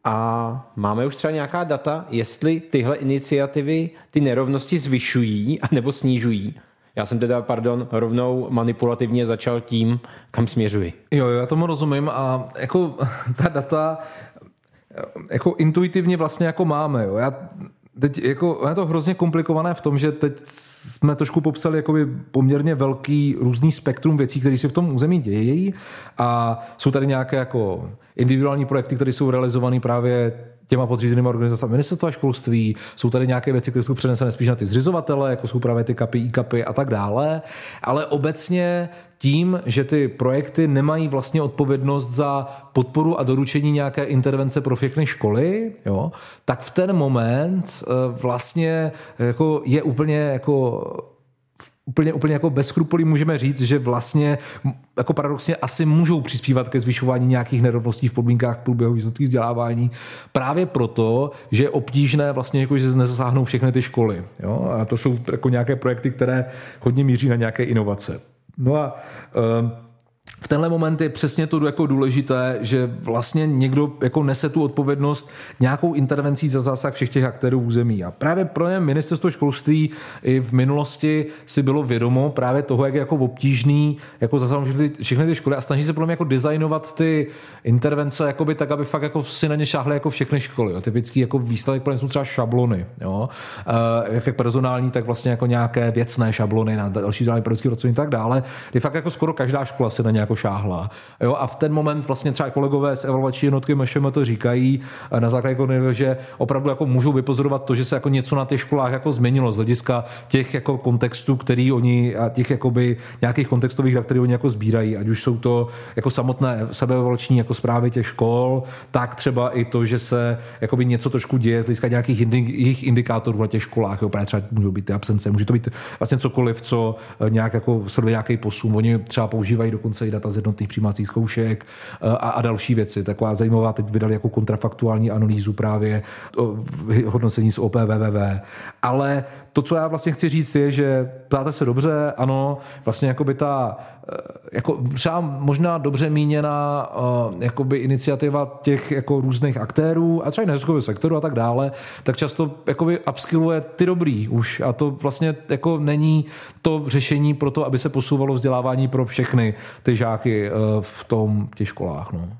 a máme už třeba nějaká data, jestli tyhle iniciativy ty nerovnosti zvyšují nebo snižují. Já jsem teda, rovnou manipulativně začal tím, kam směřuji. Jo, já tomu rozumím a jako ta data jako intuitivně vlastně jako máme. Jo. Teď jako, je to hrozně komplikované v tom, že teď jsme trošku popsali jakoby poměrně velký různý spektrum věcí, které se v tom území dějí a jsou tady nějaké jako individuální projekty, které jsou realizovány právě těma podřízenými organizacemi ministerstva školství, jsou tady nějaké věci, které jsou přenesené spíš na ty zřizovatele, jako jsou právě ty KAPy, IKAPy a tak dále, ale obecně tím, že ty projekty nemají vlastně odpovědnost za podporu a doručení nějaké intervence pro všechny školy, jo, tak v ten moment vlastně jako je úplně jako bez skrupulí můžeme říct, že vlastně jako paradoxně asi můžou přispívat ke zvyšování nějakých nerovností v podmínkách průběhu vysokého vzdělávání právě proto, že je obtížné vlastně jako, že nezasáhnou všechny ty školy. Jo? A to jsou jako nějaké projekty, které hodně míří na nějaké inovace. No a v tenhle moment je přesně to jako důležité, že vlastně někdo jako nese tu odpovědnost nějakou intervencí za zásah všech těch aktérů v území. A právě pro ně ministerstvo školství i v minulosti si bylo vědomo právě toho, jak je jako obtížný jako zasáhnout všechny ty školy a snaží se pro mě jako designovat ty intervence jakoby tak, aby fakt jako si na ně šáhly jako všechny školy. Jo. Typický jako výsledek pro ně jsou třeba šablony. Jo. Jak personální, tak vlastně jako nějaké věcné šablony na další pedagogické pracovní a tak dále. Kdy fakt jako skoro každá škola se na ně jako šáhla. Jo, a v ten moment vlastně třeba kolegové z evaluační jednotky MŠMT to říkají na základě, že opravdu jako můžou vypozorovat to, že se jako něco na těch školách jako změnilo z hlediska těch jako kontextů, který oni a těch jakoby nějakých kontextových, na které oni jako sbírají, ať už jsou to jako samotné sebeevaluační jako zprávy těch škol, tak třeba i to, že se jakoby něco trošku děje z hlediska nějakých jejich indikátorů na těch školách, jo, právě třeba můžou být ty absence, může to být vlastně cokoliv, co nějak jako sleduje nějaký posun. Oni třeba používají dokonce i data z jednotných přijímacích zkoušek a další věci. Taková zajímavá, teď vydali jako kontrafaktuální analýzu právě hodnocení z OPVVV. Ale to, co já vlastně chci říct, je, že ptáte se dobře, ano, vlastně jakoby ta jako třeba možná dobře míněná jakoby iniciativa těch jako různých aktérů a třeba i neziskového sektoru a tak dále, tak často jakoby upskilluje ty dobrý už a to vlastně jako není to řešení pro to, aby se posouvalo vzdělávání pro všechny ty žáky v těch školách. No.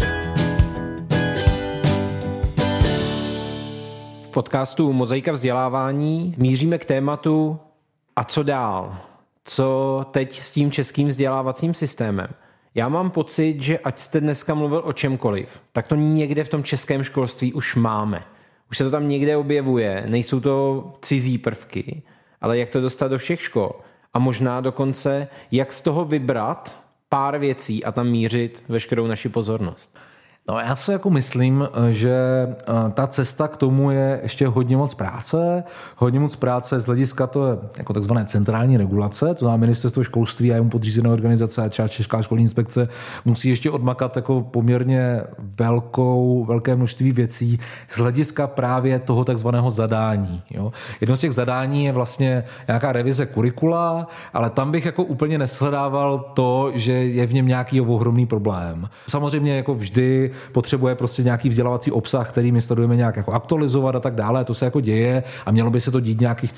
V podcastu Mozaika vzdělávání míříme k tématu a co dál? Co teď s tím českým vzdělávacím systémem? Já mám pocit, že ať jste dneska mluvil o čemkoliv, tak to někde v tom českém školství už máme. Už se to tam někde objevuje, nejsou to cizí prvky, ale jak to dostat do všech škol? A možná dokonce, jak z toho vybrat pár věcí a tam mířit veškerou naši pozornost. No já si jako myslím, že ta cesta k tomu je ještě hodně moc práce z hlediska to je jako takzvané centrální regulace, to znamená ministerstvo školství a jemu podřízené organizace a třeba Česká školní inspekce musí ještě odmakat jako poměrně velké množství věcí z hlediska právě toho takzvaného zadání. Jo. Jedno z těch zadání je vlastně nějaká revize kurikula, ale tam bych jako úplně neshledával to, že je v něm nějaký ohromný problém. Samozřejmě jako vždy potřebuje prostě nějaký vzdělávací obsah, který my sledujeme nějak jako aktualizovat a tak dále. To se jako děje a mělo by se to dít v nějakých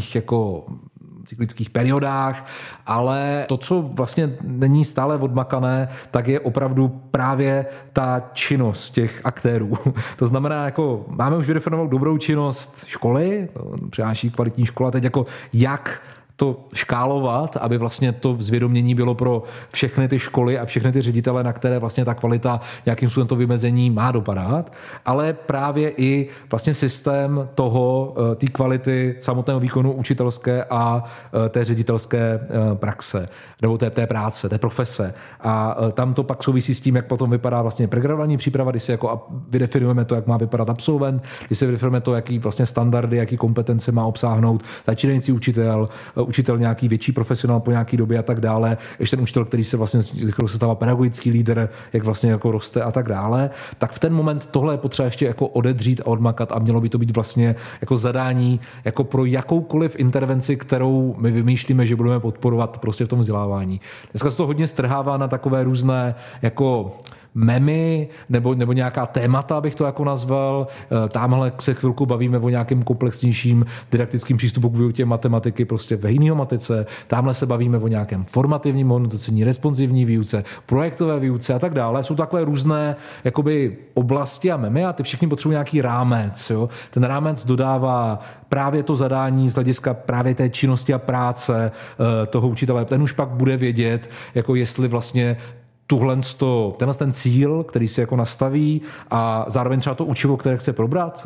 cyklických periodách, ale to, co vlastně není stále odmakané, tak je opravdu právě ta činnost těch aktérů. To znamená, jako máme už vydefinovanou dobrou činnost školy, přináší kvalitní škola, teď jako jak to škálovat, aby vlastně to zvědomění bylo pro všechny ty školy a všechny ty ředitele, na které vlastně ta kvalita nějakým způsobem to vymezení má dopadat, ale právě i vlastně systém té kvality samotného výkonu učitelské a té ředitelské praxe, nebo té práce, té profese. A tam to pak souvisí s tím, jak potom vypadá vlastně pregraduální příprava, když si jako vydefinujeme to, jak má vypadat absolvent, když si vydefinujeme to, jaký vlastně standardy, jaký kompetence má obsáhnout začínající učitel nějaký větší profesionál po nějaký době a tak dále, ještě ten učitel, který se vlastně se stává pedagogický lídr, jak vlastně jako roste a tak dále, tak v ten moment tohle je potřeba ještě jako odedřít a odmakat a mělo by to být vlastně jako zadání jako pro jakoukoliv intervenci, kterou my vymýšlíme, že budeme podporovat prostě v tom vzdělávání. Dneska se to hodně strhává na takové různé jako memy nebo nějaká témata, abych to jako nazval. Támhle se chvilku bavíme o nějakém komplexnějším didaktickým přístupu k výuce matematiky prostě ve matice. Támhle se bavíme o nějakém formativním hodnocení, responsivní výuce, projektové výuce a tak dále. Jsou takové různé jakoby oblasti a memy a ty všichni potřebují nějaký rámec. Jo? Ten rámec dodává právě to zadání z hlediska právě té činnosti a práce toho učitele. Ten už pak bude vědět, jako jestli vlastně tenhle ten cíl, který si jako nastaví a zároveň třeba to učivo, které chce probrat.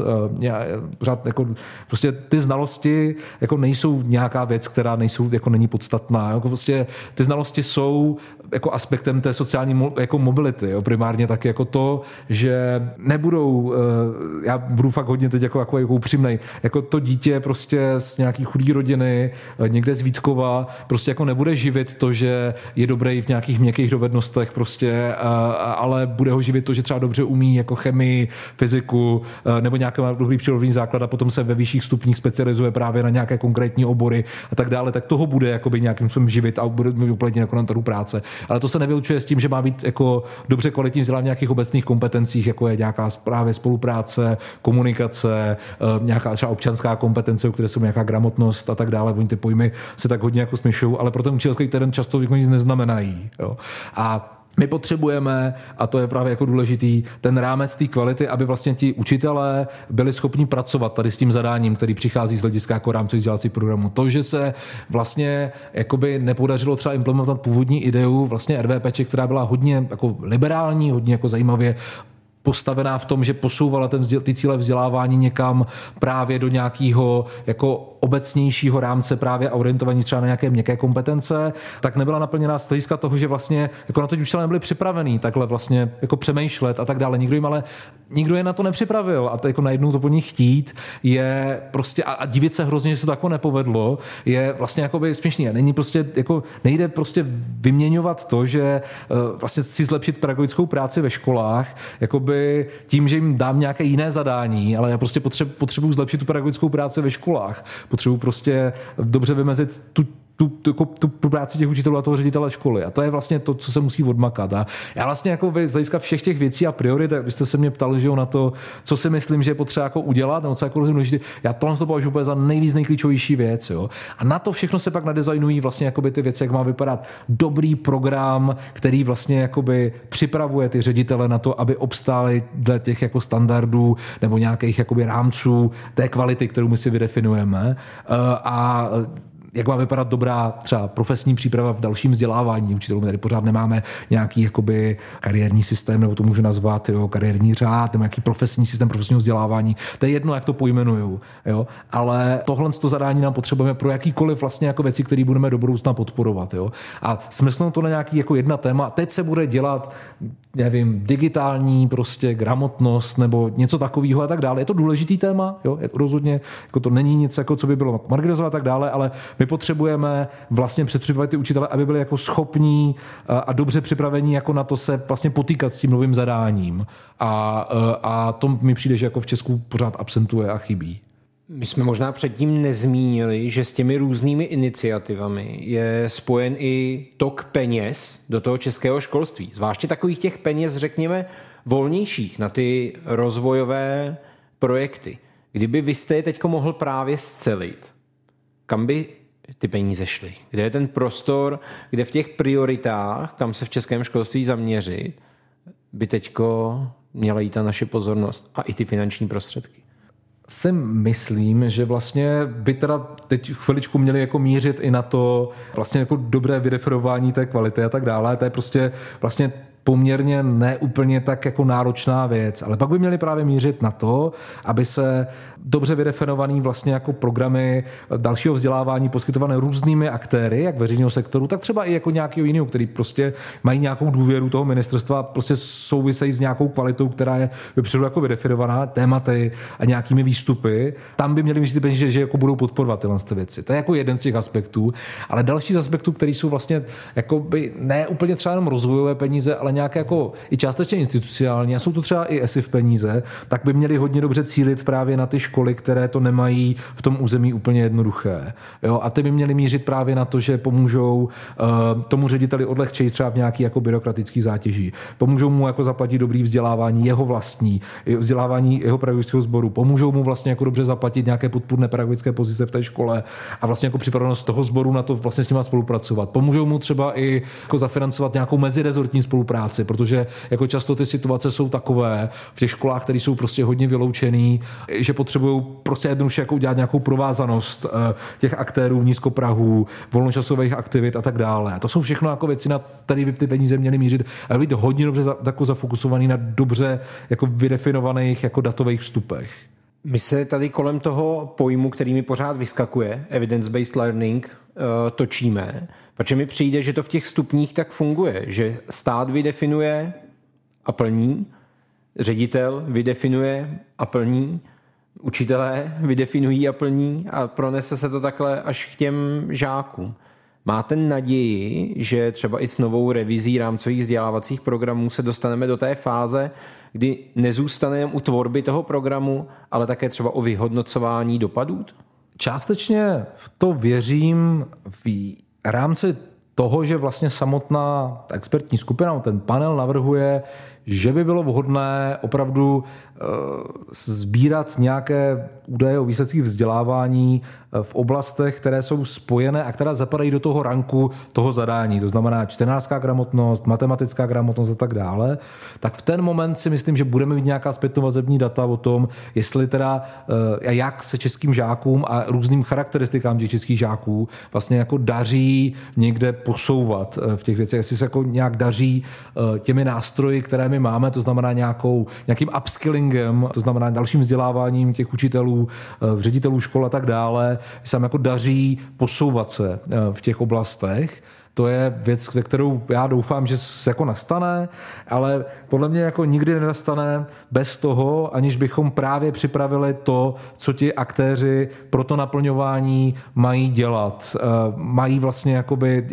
Prostě ty znalosti jako nejsou nějaká věc, která není podstatná. Jako prostě ty znalosti jsou jako aspektem té sociální jako mobility. Jo, primárně taky jako to, že nebudou, já budu fakt hodně teď jako upřímnej, jako to dítě prostě z nějaký chudý rodiny, někde z Vítkova, prostě jako nebude živit to, že je dobrý v nějakých měkkých dovednostech prostě, ale bude ho živit to, že třeba dobře umí jako chemii, fyziku nebo nějaký dobrý přírodní základ a potom se ve vyšších stupních specializuje právě na nějaké konkrétní obory a tak dále, tak toho bude jakoby nějakým způsobem živit a bude uplatnit jako na trhu práce. Ale to se nevylučuje s tím, že má být jako dobře kvalitní vzdělání v nějakých obecných kompetencích, jako je nějaká právě spolupráce, komunikace, nějaká třeba občanská kompetence, u které jsou nějaká gramotnost a tak dále. Oni ty pojmy se tak hodně jako směšují, ale pro ten učitelský terén často jako nic neznamenají. Jo. A my potřebujeme, a to je právě jako důležitý, ten rámec té kvality, aby vlastně ti učitelé byli schopni pracovat tady s tím zadáním, který přichází z hlediska jako rámcových vzdělávacích programů. To, že se vlastně jakoby nepodařilo třeba implementovat původní ideu vlastně RVPček, která byla hodně jako liberální, hodně jako zajímavě postavená v tom, že posouvala ty cíle vzdělávání někam právě do nějakého jako obecnějšího rámce právě a orientovaní třeba na nějaké měkké kompetence, tak nebyla naplněná z hlediska toho, že vlastně jako na to učitelé nebyli připravený takhle vlastně jako přemýšlet a tak dále. Nikdo je na to nepřipravil a jako najednou to po nich chtít je prostě a divit se hrozně, že se to jako nepovedlo, je vlastně jakoby směšný. Není prostě jako nejde prostě vyměňovat to, že vlastně si zlepšit pedagogickou práci ve školách, jakoby jakoby tím, že jim dám nějaké jiné zadání, ale já prostě potřebuji zlepšit tu pedagogickou práci ve školách. Potřebuji prostě dobře vymezit tu práci těch učitelů a toho ředitele školy. A to je vlastně to, co se musí odmakat. A já vlastně jako z hlediska všech těch věcí a priorit, tak byste se mě ptali, že na to, co si myslím, že je potřeba jako udělat, nebo co jako důležité. Já tohle to považuji úplně za nejklíčovější věc. Jo. A na to všechno se pak nadizajnují vlastně jakoby ty věci, jak má vypadat dobrý program, který vlastně jakoby připravuje ty ředitele na to, aby obstáli dle těch jako standardů nebo nějakých jakoby rámců té kvality, kterou my si vydefinujeme. A jak má vypadat dobrá třeba profesní příprava v dalším vzdělávání učitelů. My tady pořád nemáme nějaký jakoby kariérní systém, nebo to můžu nazvat, jo, kariérní řád, nebo nějaký profesní systém profesního vzdělávání. To je jedno, jak to pojmenuju, jo, ale tohle zadání nám potřebujeme pro jakýkoliv vlastně jako věci, které budeme do budoucna podporovat, jo. A smyslnou to na nějaký jako jedna téma. Teď se bude dělat, nevím, digitální prostě gramotnost nebo něco takového a tak dále. Je to důležitý téma, jo, rozhodně jako to není nic jako co by bylo marginalizovat a tak dále, ale my potřebujeme vlastně předpřipravit ty učitele, aby byli jako schopní a dobře připravení jako na to se vlastně potýkat s tím novým zadáním. A to mi přijde, že jako v Česku pořád absentuje a chybí. My jsme možná předtím nezmínili, že s těmi různými iniciativami je spojen i tok peněz do toho českého školství. Zvláště takových těch peněz, řekněme, volnějších na ty rozvojové projekty. Kdyby vy jste je teďko mohl právě scelit, kam by ty peníze šly? Kde je ten prostor, kde v těch prioritách, kam se v českém školství zaměřit, by teďko měla jít ta naše pozornost a i ty finanční prostředky? Si myslím, že vlastně by teda teď chviličku měli jako mířit i na to vlastně jako dobré vydefinování té kvality a tak dále. To je prostě vlastně poměrně neúplně tak jako náročná věc, ale pak by měli právě mířit na to, aby se dobře vydefinovaný vlastně jako programy dalšího vzdělávání poskytované různými aktéry, jak veřejného sektoru, tak třeba i jako nějakého jiného, který prostě mají nějakou důvěru toho ministerstva, prostě souvisejí s nějakou kvalitou, která je vypředu jako vydefinovaná, tématy a nějakými výstupy. Tam by měli mít ty peníze, že jako budou podporovat tyhle věci. To je jako jeden z těch aspektů, ale další z aspektů, který jsou vlastně jako by ne úplně třeba jenom rozvojové peníze, ale nějaké jako i částečně institucionální, a jsou to třeba i ESIF peníze, tak by měli hodně dobře cílit právě na ty školy, které to nemají v tom území úplně jednoduché. Jo? A ty by měly mířit právě na to, že pomůžou tomu řediteli odlehčit třeba v nějaký jako byrokratický zátěží. Pomůžou mu jako zaplatit dobrý vzdělávání jeho vlastní, vzdělávání jeho pedagogického sboru. Pomůžou mu vlastně jako dobře zaplatit nějaké podpůrné pedagogické pozice v té škole a vlastně jako připravenost toho sboru na to vlastně s nimi spolupracovat. Pomůžou mu třeba i jako zafinancovat nějakou mezirezortní spolupráci, protože jako často ty situace jsou takové v těch školách, které jsou prostě hodně vyloučený, že potřebují prostě jednoduše jako udělat nějakou provázanost těch aktérů, nízkoprahů, volnočasových aktivit a tak dále. To jsou všechno jako věci, na které by ty peníze měly mířit a být hodně dobře jako zafokusovaný na dobře jako vydefinovaných jako datových vstupech. My se tady kolem toho pojmu, který mi pořád vyskakuje, evidence-based learning, točíme, protože mi přijde, že to v těch stupních tak funguje, že stát vydefinuje a plní, ředitel vydefinuje a plní, učitelé vydefinují a plní a pronese se to takhle až k těm žákům. Máte naději, že třeba i s novou revizí rámcových vzdělávacích programů se dostaneme do té fáze, kdy nezůstane jen u tvorby toho programu, ale také třeba o vyhodnocování dopadů? Částečně v to věřím v rámci toho, že vlastně samotná expertní skupina, ten panel navrhuje, že by bylo vhodné opravdu sbírat nějaké údaje o výsledcích vzdělávání v oblastech, které jsou spojené a které zapadají do toho ranku toho zadání. To znamená čtenářská gramotnost, matematická gramotnost a tak dále. Tak v ten moment si myslím, že budeme mít nějaká zpětnovazební data o tom, jestli teda jak se českým žákům a různým charakteristikám těch českých žáků vlastně jako daří někde posouvat v těch věcech. Jestli se jako nějak daří těmi nástroji, které my máme, to znamená nějakým upskillingem, to znamená dalším vzděláváním těch učitelů, ředitelů škol a tak dále, se nám jako daří posouvat se v těch oblastech. to je věc, ve kterou já doufám, že jako nastane, ale podle mě jako nikdy nenastane bez toho, aniž bychom právě připravili to, co ti aktéři pro to naplňování mají dělat. Mají vlastně jakoby,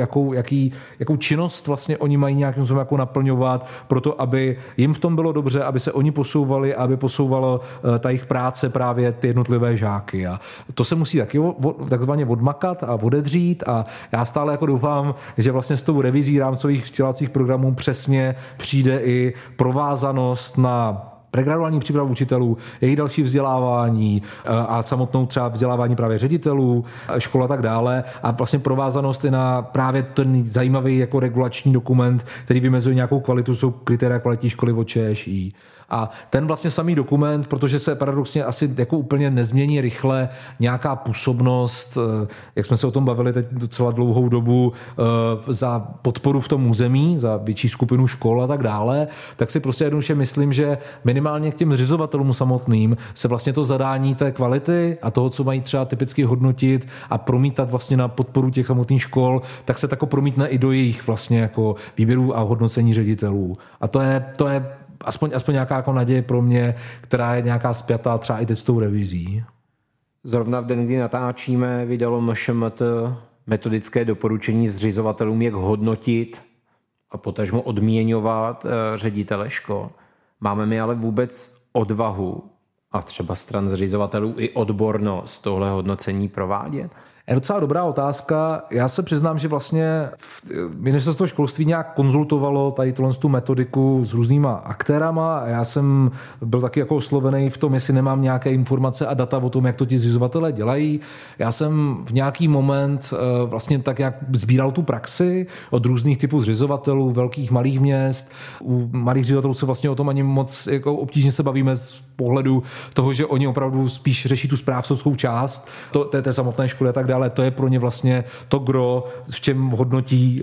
jakou činnost vlastně oni mají nějakým způsobem jako naplňovat pro to, aby jim v tom bylo dobře, aby se oni posouvali, aby posouvalo ta jejich práce právě ty jednotlivé žáky. A to se musí taky takzvaně odmakat a odedřít a já stále jako doufám, že vlastně s tou revizí rámcových vzdělávacích programů přesně přijde i provázanost na pregraduální přípravu učitelů, jejich další vzdělávání a samotnou třeba vzdělávání právě ředitelů, škol a tak dále a vlastně provázanost i na právě ten zajímavý jako regulační dokument, který vymezuje nějakou kvalitu, jsou kritéria kvalitní školy od ČŠI. A ten vlastně samý dokument, protože se paradoxně asi jako úplně nezmění rychle nějaká působnost, jak jsme se o tom bavili teď docela dlouhou dobu, za podporu v tom území, za větší skupinu škol a tak dále, tak si prostě jednoduše myslím, že minimálně k těm zřizovatelům samotným se vlastně to zadání té kvality a toho, co mají třeba typicky hodnotit a promítat vlastně na podporu těch samotných škol, tak se tako promítne i do jejich vlastně jako výběrů a hodnocení ředitelů. A to je aspoň nějaká jako naděje pro mě, která je nějaká spjatá třeba i teď s tou revizí. Zrovna v den, kdy natáčíme, vydalo MŠMT metodické doporučení zřizovatelům, jak hodnotit a potažmo odměňovat ředitele škol. Máme my ale vůbec odvahu a třeba stran zřizovatelů i odbornost tohle hodnocení provádět? Je docela dobrá otázka. Já se přiznám, že vlastně ministerstvo školství nějak konzultovalo tady tu metodiku s různýma aktérama a já jsem byl taky jako oslovený v tom, jestli nemám nějaké informace a data o tom, jak to ti zřizovatelé dělají. Já jsem v nějaký moment vlastně tak jak sbíral tu praxi od různých typů zřizovatelů, velkých, malých měst. U malých zřizovatelů se vlastně o tom ani moc jako obtížně se bavíme z pohledu toho, že oni opravdu spíš řeší tu správcovskou část té samotné školy a tak dále. To je pro ně vlastně to gro, v čem hodnotí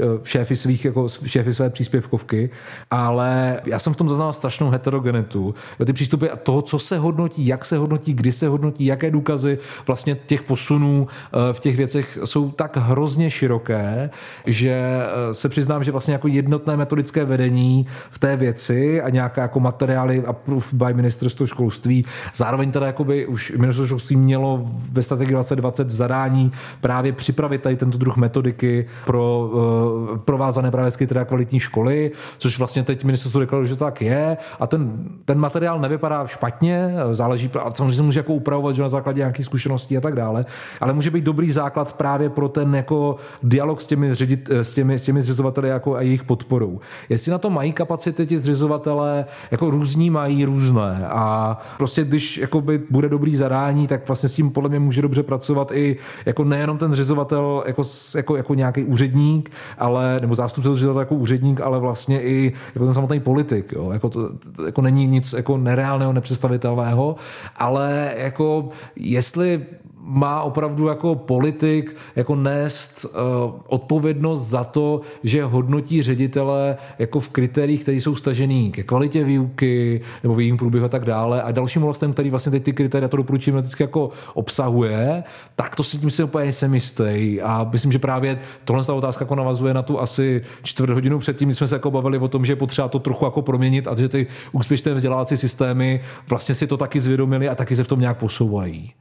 šéfy své příspěvkovky. Ale já jsem v tom zaznal strašnou heterogenitu. Ty přístupy a toho, co se hodnotí, jak se hodnotí, kdy se hodnotí, jaké důkazy vlastně těch posunů v těch věcech jsou tak hrozně široké, že se přiznám, že vlastně jako jednotné metodické vedení v té věci a nějaké jako materiály approved by ministerstvo školství. Zároveň teda jakoby už ministerstvo školství mělo ve strategii 2020 v zadání právě připravit tady tento druh metodiky pro provázané právě teda kvalitní školy, což vlastně teď ministerstvo deklaruje, že to tak je a ten materiál nevypadá špatně, záleží, a samozřejmě se může jako upravovat, že na základě nějakých zkušeností a tak dále, ale může být dobrý základ právě pro ten jako dialog s těmi zřizovateli jako a jejich podporou. Jestli na to mají kapacity ti zřizovatelé, jako různí mají různé a prostě když jakoby bude dobrý zadání, tak vlastně s tím podle mě může dobře pracovat i jako nejenom ten zřizovatel jako nějaký úředník, nebo zástupce zřizovatele jako úředník, ale vlastně i jako ten samotný politik. Jo. Jako není nic jako nereálného, nepředstavitelného, ale jako jestli má opravdu jako politik jako nést odpovědnost za to, že hodnotí ředitele jako v kritériích, které jsou stažený ke kvalitě výuky nebo v jejím průběhu a tak dále. A dalším vlastem, který vlastně teď ty kritéria to doporučení metodicky jako obsahuje, tak to si tím si úplně jsem jistý. A myslím, že právě tohle otázka jako navazuje na tu asi 4 hodinu předtím, kdy jsme se jako bavili o tom, že je potřeba to trochu jako proměnit a že ty úspěšné vzdělávací systémy vlastně si to taky zvědomili a taky se v tom nějak posouvají.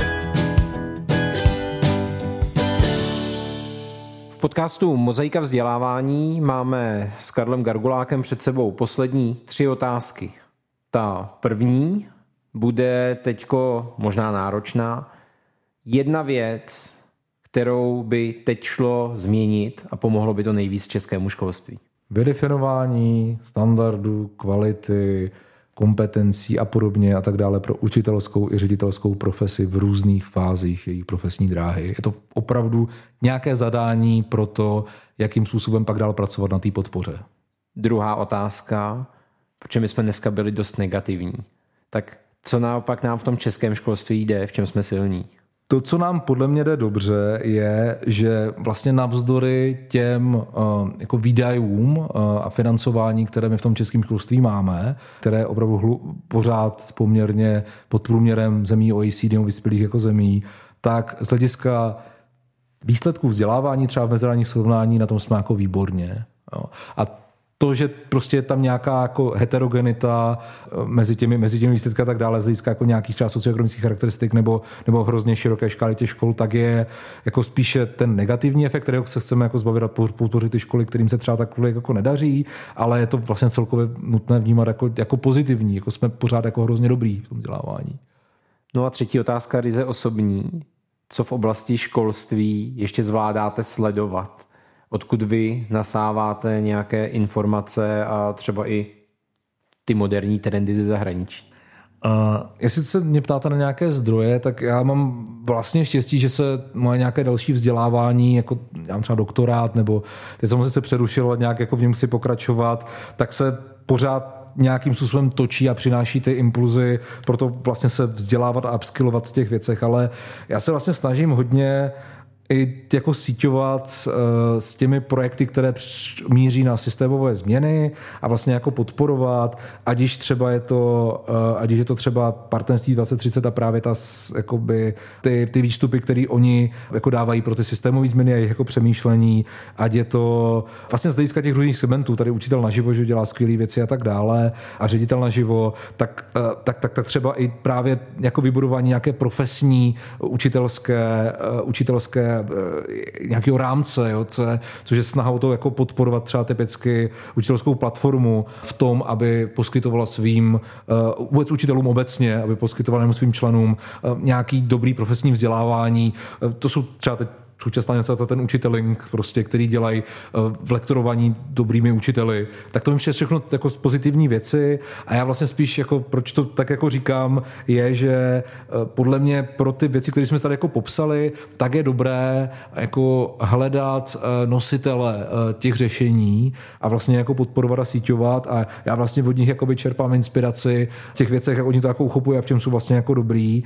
V podcastu Mozaika vzdělávání máme s Karlem Gargulákem před sebou poslední 3 otázky. Ta první bude teďko možná náročná. Jedna věc, kterou by teď šlo změnit a pomohlo by to nejvíc českému školství. Vydefinování standardů, kvality, kompetencí a podobně a tak dále pro učitelskou i ředitelskou profesi v různých fázích její profesní dráhy. Je to opravdu nějaké zadání pro to, jakým způsobem pak dál pracovat na té podpoře. Druhá otázka, protože my jsme dneska byli dost negativní. Tak co naopak nám v tom českém školství jde, v čem jsme silní? To, co nám podle mě jde dobře, je, že vlastně navzdory těm jako výdajům a financování, které my v tom českém školství máme, které je opravdu pořád poměrně pod průměrem zemí OECD nebo vyspělých jako zemí, tak z hlediska výsledků vzdělávání třeba v mezinárodních srovnání na tom jsme jako výborně. Jo. A to, že prostě je tam nějaká jako heterogenita mezi těmi výsledky a tak dále, z hlediska jako nějakých třeba socioekonomických charakteristik nebo hrozně široké škály těch škol, tak je jako spíše ten negativní efekt, kterého se chceme jako zbavit a podpořit ty školy, kterým se třeba tak jako nedaří, ale je to vlastně celkově nutné vnímat jako pozitivní, jako jsme pořád jako hrozně dobrý v tom vzdělávání. No a třetí otázka, ryze osobní. Co v oblasti školství ještě zvládáte sledovat? Odkud vy nasáváte nějaké informace a třeba i ty moderní trendy ze zahraničí? Jestli se mě ptáte na nějaké zdroje, tak já mám vlastně štěstí, že se moje nějaké další vzdělávání, jako já mám třeba doktorát, nebo teď jsem se přerušil a nějak jako v něm si pokračovat, tak se pořád nějakým způsobem točí a přináší ty impulzy pro to vlastně se vzdělávat a upskillovat v těch věcech, ale já se vlastně snažím hodně i jako síťovat s těmi projekty, které míří na systémové změny a vlastně jako podporovat, ať je to třeba partnerství 2030 a právě jakoby ty výstupy, které oni jako dávají pro ty systémové změny a jejich jako přemýšlení, ať je to vlastně z hlediska těch různých segmentů, tady učitel naživo, že dělá skvělé věci a tak dále a ředitel naživo, tak třeba i právě jako vybudování nějaké profesní učitelské nějakého rámce, jo, což je snaha o to jako podporovat třeba typicky učitelskou platformu v tom, aby poskytovala svým vůbec učitelům obecně, aby poskytovala svým členům nějaký dobrý profesní vzdělávání. To jsou třeba teď současná něco, ten učiteling, prostě, který dělají v lektorování dobrými učiteli, tak to mi přijde všechno jako pozitivní věci a já vlastně spíš, jako, proč to tak jako říkám, je, že podle mě pro ty věci, které jsme tady jako popsali, tak je dobré jako hledat nositele těch řešení a vlastně jako podporovat a síťovat a já vlastně od nich jakoby čerpám inspiraci v těch věcech, jak oni to jako uchopují a v čem jsou vlastně jako dobrý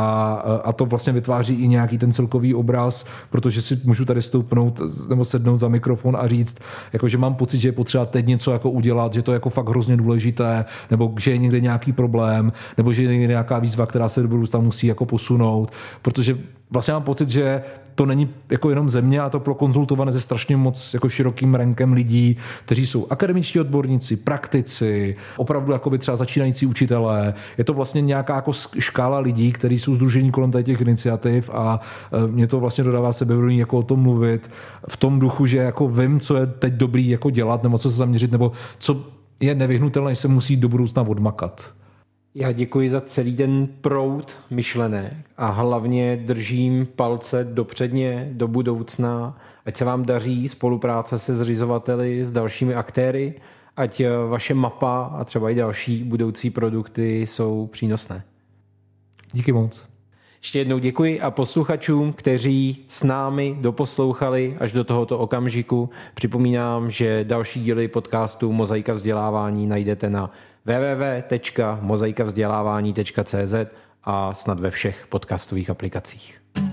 a to vlastně vytváří i nějaký ten celkový obraz, protože si můžu tady stoupnout nebo sednout za mikrofon a říct, jako, že mám pocit, že je potřeba teď něco jako udělat, že to je jako fakt hrozně důležité, nebo že je někde nějaký problém, nebo že je někde nějaká výzva, která se do budoucna musí jako posunout, protože vlastně mám pocit, že to není jako jenom země a to bylo konzultované se strašně moc jako širokým rankem lidí, kteří jsou akademičtí odborníci, praktici, opravdu jako by třeba začínající učitelé. Je to vlastně nějaká jako škála lidí, kteří jsou sdružení kolem těch iniciativ a mě to vlastně dodává sebevědomí jako o tom mluvit v tom duchu, že jako vím, co je teď dobrý jako dělat, nebo co se zaměřit, nebo co je nevyhnutelné, že se musí do budoucna odmakat. Já děkuji za celý ten proud myšlenek a hlavně držím palce dopředně, do budoucna, ať se vám daří spolupráce se zřizovateli, s dalšími aktéry, ať vaše mapa a třeba i další budoucí produkty jsou přínosné. Díky moc. Ještě jednou děkuji a posluchačům, kteří s námi doposlouchali až do tohoto okamžiku. Připomínám, že další díly podcastu Mozaika vzdělávání najdete na www.mozaikavzdělávání.cz a snad ve všech podcastových aplikacích.